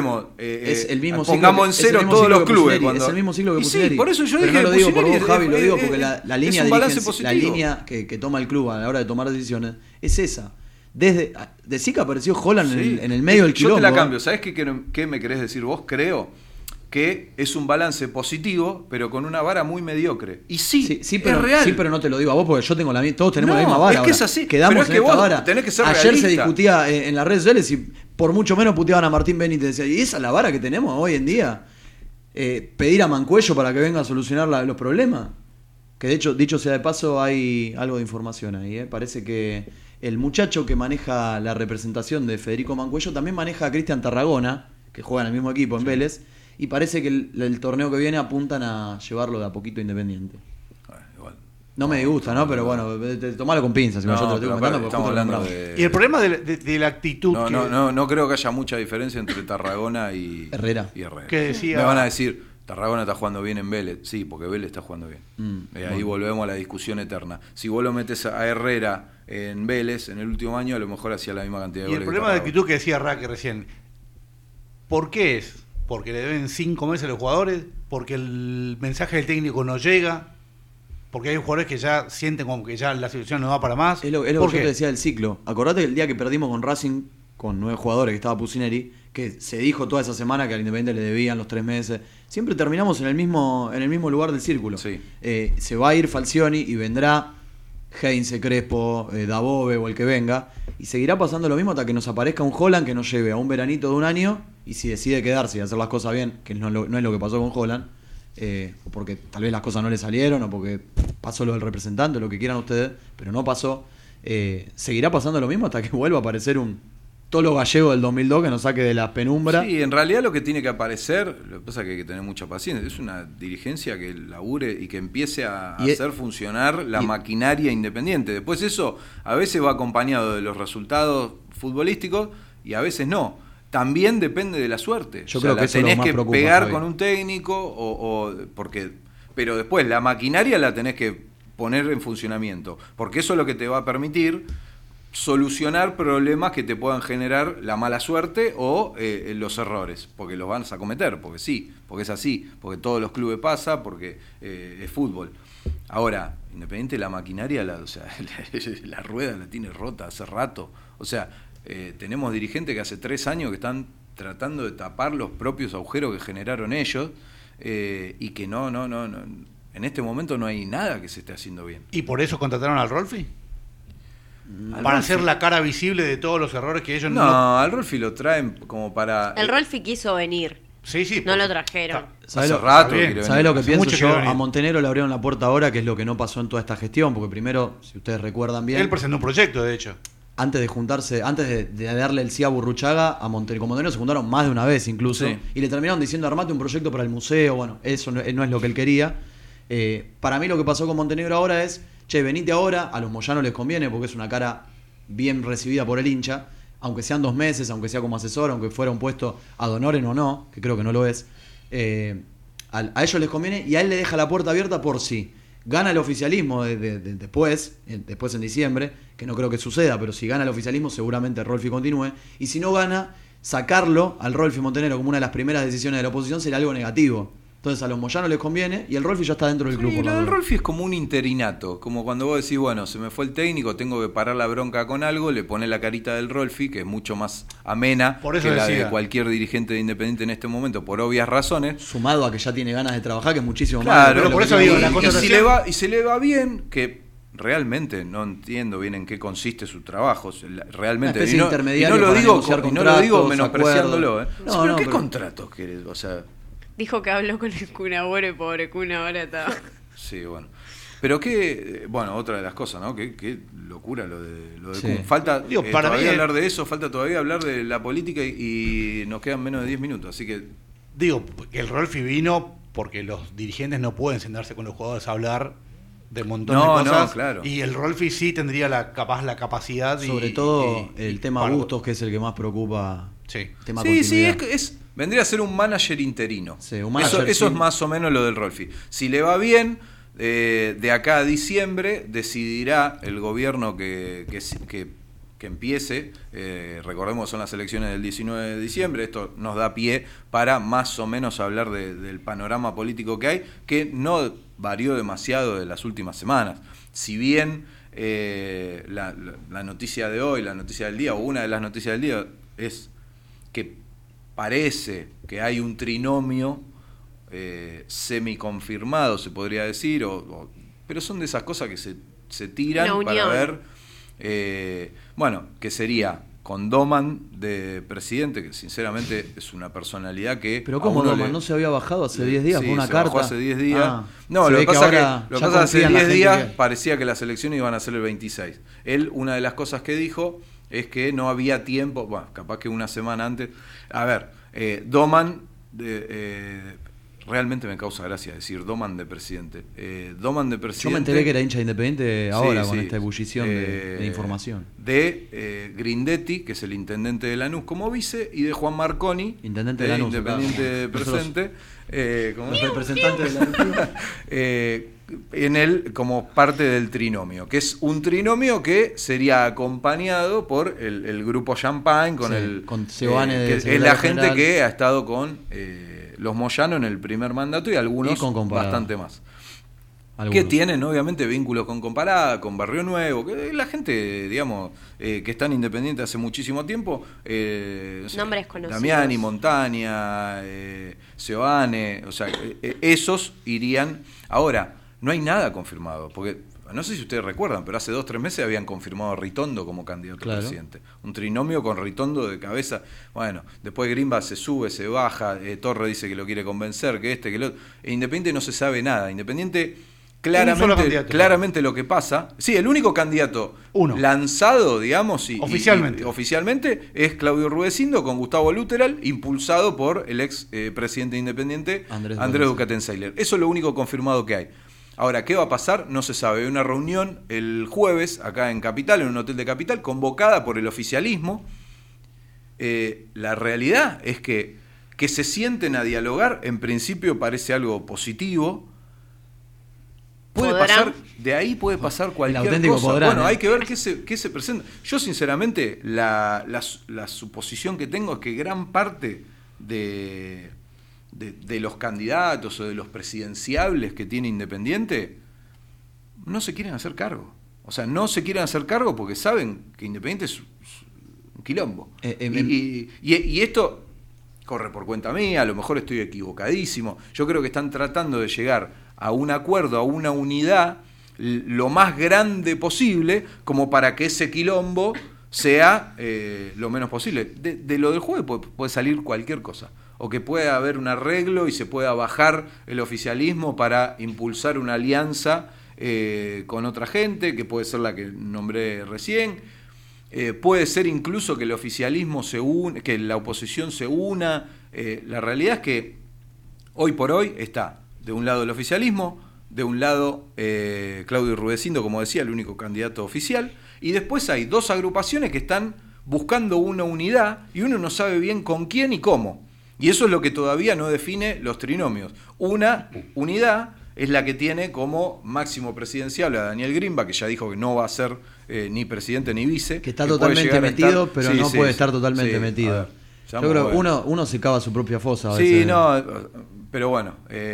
es el mismo pongamos en cero todos los clubes. Es el mismo ciclo que Pusineri. Sí, por eso yo dije, no lo digo por vos, Javi, lo digo porque la línea la línea que toma el club a la hora de tomar decisiones es esa. De que apareció Holland en el medio del quilombo. Yo te la cambio. ¿Sabés qué me querés decir vos? Creo que es un balance positivo, pero con una vara muy mediocre. Y sí, pero, es real. Sí, pero no te lo digo a vos, porque yo tengo todos tenemos la misma vara. Es que es así. Quedamos pero es en esta vara. Tenés que ser Ayer realista. se discutía en las redes sociales y por mucho menos puteaban a Martín Benítez. Decía, ¿y esa es la vara que tenemos hoy en día? Pedir a Mancuello para que venga a solucionar los problemas. Que de hecho, dicho sea de paso, hay algo de información ahí. Parece que el muchacho que maneja la representación de Federico Mancuello también maneja a Cristian Tarragona, que juega en el mismo equipo en Vélez. Y parece que el torneo que viene apuntan a llevarlo de a poquito Independiente. Igual. No me disgusta, ¿no? Pero bueno, tomalo con pinzas. Yo te lo estoy comentando, estamos hablando de... Y el problema de la actitud... No creo que haya mucha diferencia entre Tarragona y Herrera. ¿Qué decía? Me van a decir, Tarragona está jugando bien en Vélez. Sí, porque Vélez está jugando bien. Ahí volvemos a la discusión eterna. Si vos lo metes a Herrera en Vélez en el último año, a lo mejor hacía la misma cantidad de goles. Y el problema de actitud que decía Raque recién, ¿por qué es? porque le deben 5 meses a los jugadores, porque el mensaje del técnico no llega, porque hay jugadores que ya sienten como que ya la situación no va para más. Es lo que yo te decía del ciclo. Acordate el día que perdimos con Racing, con 9 jugadores, que estaba Pusineri, que se dijo toda esa semana que al Independiente le debían los 3 meses. Siempre terminamos en el mismo lugar del círculo. Sí. Se va a ir Falcioni y vendrá Heinze, Crespo, Dabove o el que venga, y seguirá pasando lo mismo hasta que nos aparezca un Holland que nos lleve a un veranito de un año, y si decide quedarse y hacer las cosas bien, que no es lo que pasó con Holland, porque tal vez las cosas no le salieron, o porque pasó lo del representante, lo que quieran ustedes, pero no pasó, seguirá pasando lo mismo hasta que vuelva a aparecer un Tolo Gallego del 2002 que nos saque de la penumbra. Sí, en realidad lo que tiene que aparecer, lo que pasa es que hay que tener mucha paciencia, es una dirigencia que labure y que empiece a hacer funcionar la maquinaria independiente. Después eso a veces va acompañado de los resultados futbolísticos y a veces no. También depende de la suerte. Yo creo que eso tenés es lo más que preocupante, pegar Javi. con un técnico pero después la maquinaria la tenés que poner en funcionamiento, porque eso es lo que te va a permitir solucionar problemas que te puedan generar la mala suerte o los errores, porque los vas a cometer, porque sí, porque es así, porque todos los clubes pasa, porque es fútbol. Ahora, Independiente, la maquinaria, la rueda la tiene rota hace rato. O sea, tenemos dirigentes que hace 3 años que están tratando de tapar los propios agujeros que generaron ellos, y que no, en este momento no hay nada que se esté haciendo bien. ¿Y por eso contrataron al Rolfi? Para hacer la cara visible de todos los errores que ellos al Rolfi lo traen como para... El Rolfi quiso venir. Sí, no lo trajeron. ¿Sabés lo que pienso yo? A Montenegro le abrieron la puerta ahora, que es lo que no pasó en toda esta gestión, porque primero, si ustedes recuerdan bien... Él presentó un proyecto, de hecho. Antes de juntarse, antes de darle el sí a Burruchaga, con Montenegro se juntaron más de una vez incluso, sí. Y le terminaron diciendo armate un proyecto para el museo. Bueno, eso no es lo que él quería. Para mí lo que pasó con Montenegro ahora es, che, venite ahora, a los moyanos les conviene porque es una cara bien recibida por el hincha, aunque sean 2 meses, aunque sea como asesor, aunque fuera un puesto ad honorem o no, que creo que no lo es, a ellos les conviene, y a él le deja la puerta abierta por si gana el oficialismo después en diciembre, que no creo que suceda, pero si gana el oficialismo seguramente Rolfi continúe, y si no gana, sacarlo al Rolfi Montenegro como una de las primeras decisiones de la oposición sería algo negativo. Entonces a los moyanos les conviene y el Rolfi ya está dentro del club. Sí, el Rolfi es como un interinato, como cuando vos decís, bueno, se me fue el técnico, tengo que parar la bronca con algo, le pones la carita del Rolfi, que es mucho más amena que la de cualquier dirigente de Independiente en este momento, por obvias razones. Sumado a que ya tiene ganas de trabajar, que es muchísimo más. Claro, pero por eso digo, y si le va bien, que realmente no entiendo bien en qué consiste su trabajo, realmente. Y no lo digo menospreciándolo. No, ¿qué contratos querés? O sea... Dijo que habló con el Kun Agüero y pobre Kun ahora está... Sí, bueno. Pero otra de las cosas, ¿no? Qué locura lo de Kun. Falta todavía hablar de eso, falta todavía hablar de la política y nos quedan menos de 10 minutos, así que... Digo, que el Rolfi vino porque los dirigentes no pueden sentarse con los jugadores a hablar de un montón de cosas. No, claro. Y el Rolfi sí tendría la capacidad. Sobre todo el tema Bustos, que es el que más preocupa. Sí, tema vendría a ser un manager interino. Sí, un manager, eso es más o menos lo del Rolfi. Si le va bien, de acá a diciembre decidirá el gobierno que empiece. Recordemos, son las elecciones del 19 de diciembre. Esto nos da pie para más o menos hablar del panorama político que hay, que no varió demasiado de las últimas semanas. Si bien la noticia de hoy, la noticia del día, o una de las noticias del día, es que parece que hay un trinomio semi-confirmado, se podría decir, pero son de esas cosas que se tiran para ver, que sería con Doman de presidente, que sinceramente es una personalidad que... Pero ¿cómo Doman? ¿No se había bajado hace 10 días por una carta? Bajó hace 10 días. No, lo que pasa es que hace 10 días parecía que las elecciones iban a ser el 26. Él, una de las cosas que dijo es que no había tiempo, bueno, capaz que una semana antes. A ver, Doman, realmente me causa gracia decir Doman de presidente. Doman de presidente. Yo me enteré que era hincha Independiente ahora, con esta ebullición de información. De Grindetti, que es el intendente de Lanús como vice, y de Juan Marconi, intendente de Lanús, Independiente presente. como representante de Lanús. como parte del trinomio, que es un trinomio que sería acompañado por el grupo Champagne, con Seoane que es la gente general, que ha estado con los Moyano en el primer mandato y algunos bastante más. Que tienen obviamente vínculos con Comparada, con Barrio Nuevo, que la gente, digamos, que están independientes hace muchísimo tiempo. Nombres conocidos. Damiani, Montaña, Seoane, o sea, esos irían. Ahora, no hay nada confirmado, porque no sé si ustedes recuerdan, pero hace 2-3 meses habían confirmado a Ritondo como candidato a presidente. Un trinomio con Ritondo de cabeza. Bueno, después Grimba se sube, se baja, Torre dice que lo quiere convencer, que que lo otro. Independiente no se sabe nada. Independiente... Claramente lo que pasa, sí, el único candidato lanzado, digamos, oficialmente es Claudio Rudecindo con Gustavo Luteral, impulsado por el ex presidente independiente Andrés Ducatenseiler. Eso es lo único confirmado que hay. Ahora, ¿qué va a pasar? No se sabe. Hay una reunión el jueves acá en Capital, en un hotel de Capital, convocada por el oficialismo. La realidad es que se sienten a dialogar, en principio parece algo positivo. De ahí puede pasar cualquier cosa. Bueno, hay que ver qué se presenta. Yo, sinceramente, la suposición que tengo es que gran parte de los candidatos o de los presidenciables que tiene Independiente no se quieren hacer cargo. O sea, no se quieren hacer cargo porque saben que Independiente es un quilombo. Y esto corre por cuenta mía, a lo mejor estoy equivocadísimo. Yo creo que están tratando de llegar a un acuerdo, a una unidad lo más grande posible, como para que ese quilombo sea lo menos posible. De lo del jueves puede salir cualquier cosa, o que pueda haber un arreglo y se pueda bajar el oficialismo para impulsar una alianza con otra gente, que puede ser la que nombré recién. Puede ser incluso que el oficialismo se une, que la oposición se una. La realidad es que hoy por hoy está de un lado el oficialismo, de un lado Claudio Rudecindo, como decía, el único candidato oficial, y después hay dos agrupaciones que están buscando una unidad y uno no sabe bien con quién y cómo. Y eso es lo que todavía no define los trinomios. Una unidad es la que tiene como máximo presidencial a Daniel Grimba, que ya dijo que no va a ser ni presidente ni vice. Que está totalmente metido, pero no puede estar totalmente metido. Yo creo que uno se cava su propia fosa a veces. Sí, no... Pero bueno,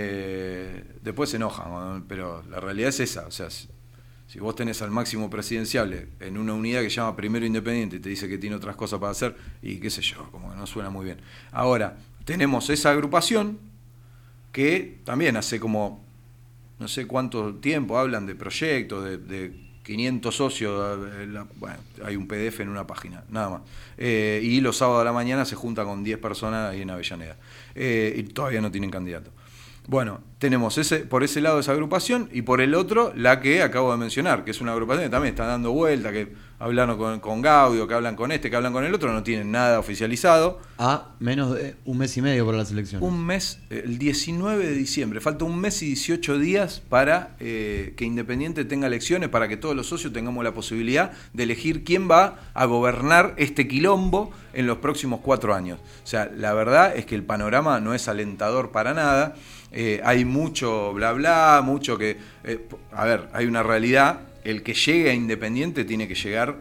después se enojan, pero la realidad es esa. O sea, si vos tenés al máximo presidenciable en una unidad que se llama Primero Independiente y te dice que tiene otras cosas para hacer, y qué sé yo, como que no suena muy bien. Ahora, tenemos esa agrupación que también hace como no sé cuánto tiempo hablan de proyectos, de 500 socios, bueno, hay un PDF en una página, nada más. Y los sábados a la mañana se junta con 10 personas ahí en Avellaneda. Y todavía no tienen candidato. Bueno, tenemos por ese lado esa agrupación y por el otro la que acabo de mencionar, que es una agrupación que también está dando vuelta, que hablaron con Gaudio, que hablan con que hablan con el otro, no tienen nada oficializado. A menos de un mes y medio para las elecciones. Un mes, el 19 de diciembre, falta un mes y 18 días para que Independiente tenga elecciones, para que todos los socios tengamos la posibilidad de elegir quién va a gobernar este quilombo en los próximos 4 años. O sea, la verdad es que el panorama no es alentador para nada. Hay mucho bla bla, mucho que... a ver, hay una realidad. El que llegue a Independiente tiene que llegar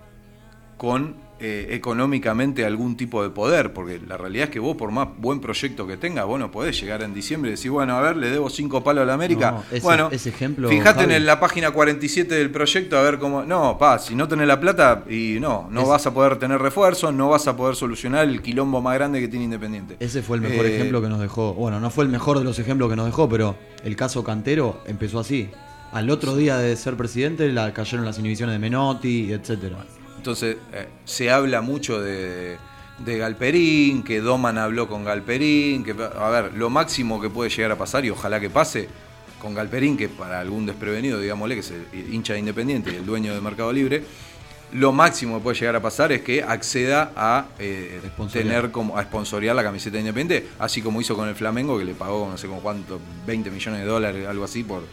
con económicamente algún tipo de poder, porque la realidad es que vos, por más buen proyecto que tengas, vos no podés llegar en diciembre y decir, bueno, a ver, le debo 5 palos a la América. No, ese ejemplo, fíjate en la página 47 del proyecto a ver cómo... No, si no tenés la plata y no vas a poder tener refuerzo, no vas a poder solucionar el quilombo más grande que tiene Independiente. Ese fue el mejor ejemplo que nos dejó. Bueno, no fue el mejor de los ejemplos que nos dejó, pero el caso Cantero empezó así. Al otro día de ser presidente cayeron las inhibiciones de Menotti, etcétera. Entonces, se habla mucho de Galperín, que Doman habló con Galperín, que, a ver, lo máximo que puede llegar a pasar, y ojalá que pase, con Galperín, que para algún desprevenido, digámosle, que es el hincha de Independiente y el dueño de Mercado Libre, lo máximo que puede llegar a pasar es que acceda a a sponsorear la camiseta de Independiente, así como hizo con el Flamengo, que le pagó no sé con cuánto, $20 millones, algo así, por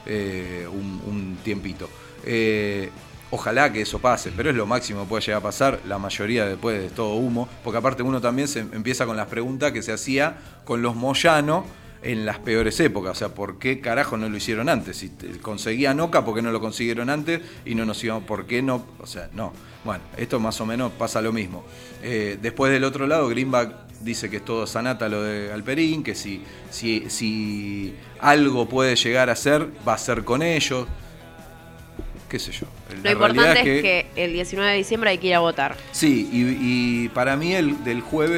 un tiempito. Ojalá que eso pase, pero es lo máximo que puede llegar a pasar. La mayoría después es todo humo, porque aparte uno también se empieza con las preguntas que se hacía con los Moyano en las peores épocas. O sea, ¿por qué carajo no lo hicieron antes? Si conseguían Oca, ¿por qué no lo consiguieron antes? Y no nos íbamos, ¿por qué no? O sea, no. Bueno, esto más o menos pasa lo mismo. Después del otro lado, Greenback dice que es todo sanata lo de Alperín, que si algo puede llegar a ser, va a ser con ellos. Qué sé yo. Lo importante es que el 19 de diciembre hay que ir a votar. Sí, y para mí el jueves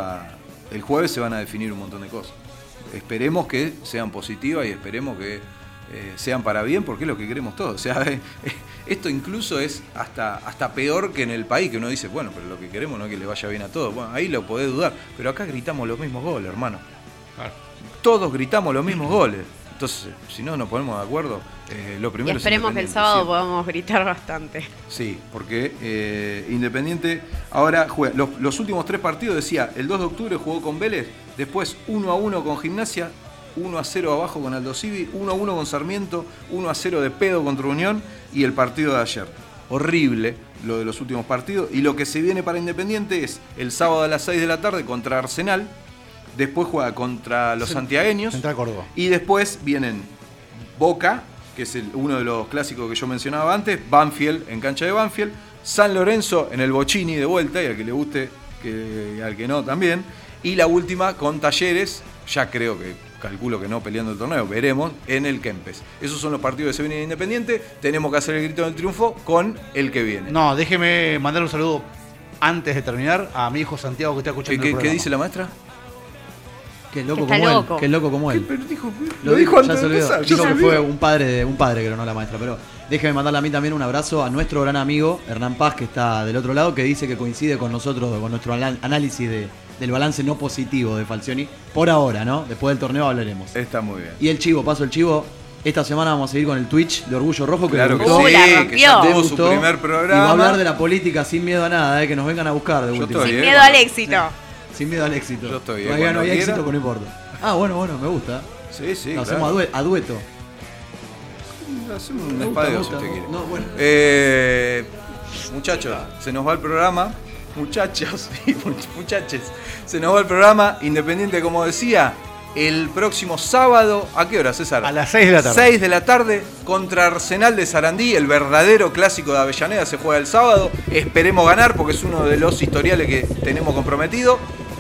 se van a definir un montón de cosas. Esperemos que sean positivas y esperemos que sean para bien, porque es lo que queremos todos. O sea, esto incluso es hasta peor que en el país, que uno dice, bueno, pero lo que queremos no es que le vaya bien a todos. Bueno, ahí lo podés dudar, pero acá gritamos los mismos goles, hermano. Claro. Todos gritamos los mismos goles. Entonces, si no nos ponemos de acuerdo, lo primero y esperemos que el sábado podamos gritar bastante. Sí, porque Independiente ahora juega. Los últimos 3 partidos, decía, el 2 de octubre jugó con Vélez, después 1-1 con Gimnasia, 1-0 abajo con Aldo Civi, 1-1 con Sarmiento, 1-0 de pedo contra Unión y el partido de ayer. Horrible lo de los últimos partidos. Y lo que se viene para Independiente es el sábado a las 6 de la tarde contra Arsenal. Después juega contra los santiagueños. Central Córdoba. Y después vienen Boca, que es uno de los clásicos que yo mencionaba antes, Banfield en cancha de Banfield, San Lorenzo en el Bocini de vuelta, y al que le guste, al que no también. Y la última con Talleres, ya calculo que no peleando el torneo, veremos, en el Kempes. Esos son los partidos que se vienen Independiente. Tenemos que hacer el grito del triunfo con el que viene. No, déjeme mandar un saludo antes de terminar a mi hijo Santiago que está escuchando el programa. ¿Qué dice la maestra? Qué loco como él. Qué loco como él. Pero lo dijo antes de empezar. Dijo que fue un padre que no la maestra. Pero déjeme mandarle a mí también un abrazo a nuestro gran amigo Hernán Paz, que está del otro lado, que dice que coincide con nosotros, con nuestro análisis del balance no positivo de Falcioni. Por ahora, ¿no? Después del torneo hablaremos. Está muy bien. Y el chivo, paso el chivo. Esta semana vamos a seguir con el Twitch de Orgullo Rojo, que claro gustó, que sí, que ya tuvo su primer programa. Y va a hablar de la política sin miedo a nada, que nos vengan a buscar de último. Sin miedo al éxito. Sin miedo al éxito. Yo estoy todavía no hay éxito, pero no importa. Ah, bueno, me gusta. Sí, Lo claro. hacemos a dueto. Hacemos un espadeo si usted quiere. No, bueno. Muchachos, se nos va el programa. Muchachos y muchaches, se nos va el programa. Independiente, como decía, el próximo sábado, ¿a qué hora, César? A las 6 de la tarde. 6 de la tarde contra Arsenal de Sarandí, el verdadero clásico de Avellaneda, se juega el sábado. Esperemos ganar porque es uno de los historiales que tenemos comprometido.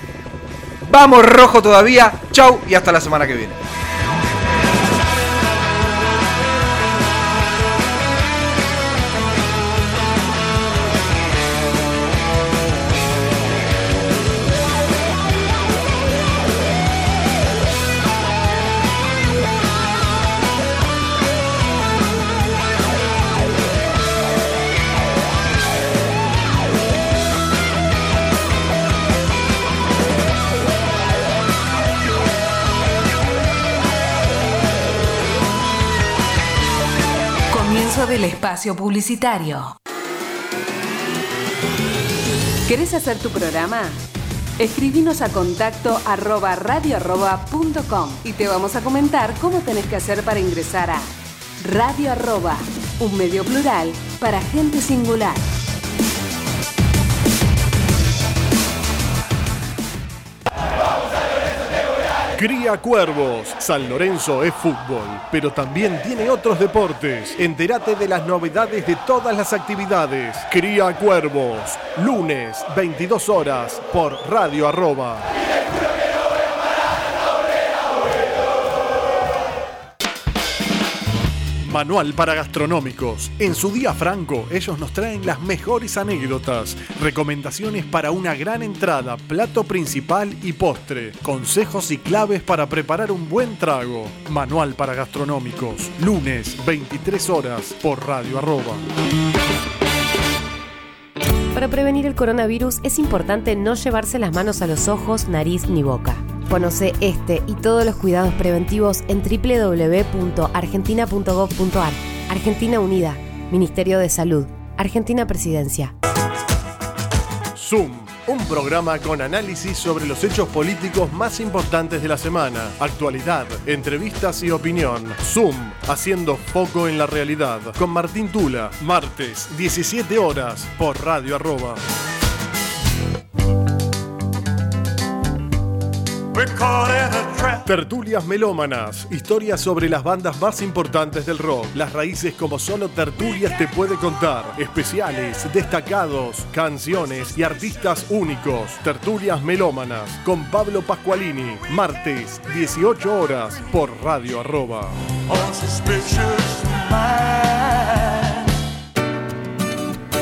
Vamos rojo todavía. Chau y hasta la semana que viene. Del espacio publicitario. ¿Querés hacer tu programa? Escribinos a contacto@radio@.com y te vamos a comentar cómo tenés que hacer para ingresar a Radio @, un medio plural para gente singular. Cría Cuervos. San Lorenzo es fútbol, pero también tiene otros deportes. Entérate de las novedades de todas las actividades. Cría Cuervos. Lunes, 22 horas, por Radio @. Manual para gastronómicos. En su día franco, ellos nos traen las mejores anécdotas, recomendaciones para una gran entrada, plato principal y postre, consejos y claves para preparar un buen trago. Manual para gastronómicos. Lunes, 23 horas, por Radio @. Para prevenir el coronavirus es importante no llevarse las manos a los ojos, nariz ni boca. Conoce este y todos los cuidados preventivos en www.argentina.gov.ar. Argentina Unida, Ministerio de Salud, Argentina Presidencia. Zoom, un programa con análisis sobre los hechos políticos más importantes de la semana, actualidad, entrevistas y opinión. Zoom, haciendo foco en la realidad, con Martín Tula, martes, 17 horas, por Radio @. We're caught in a trap. Tertulias Melómanas, historias sobre las bandas más importantes del rock, las raíces como solo Tertulias te puede contar, especiales, destacados, canciones y artistas únicos. Tertulias Melómanas con Pablo Pascualini, martes 18 horas por Radio Arroba.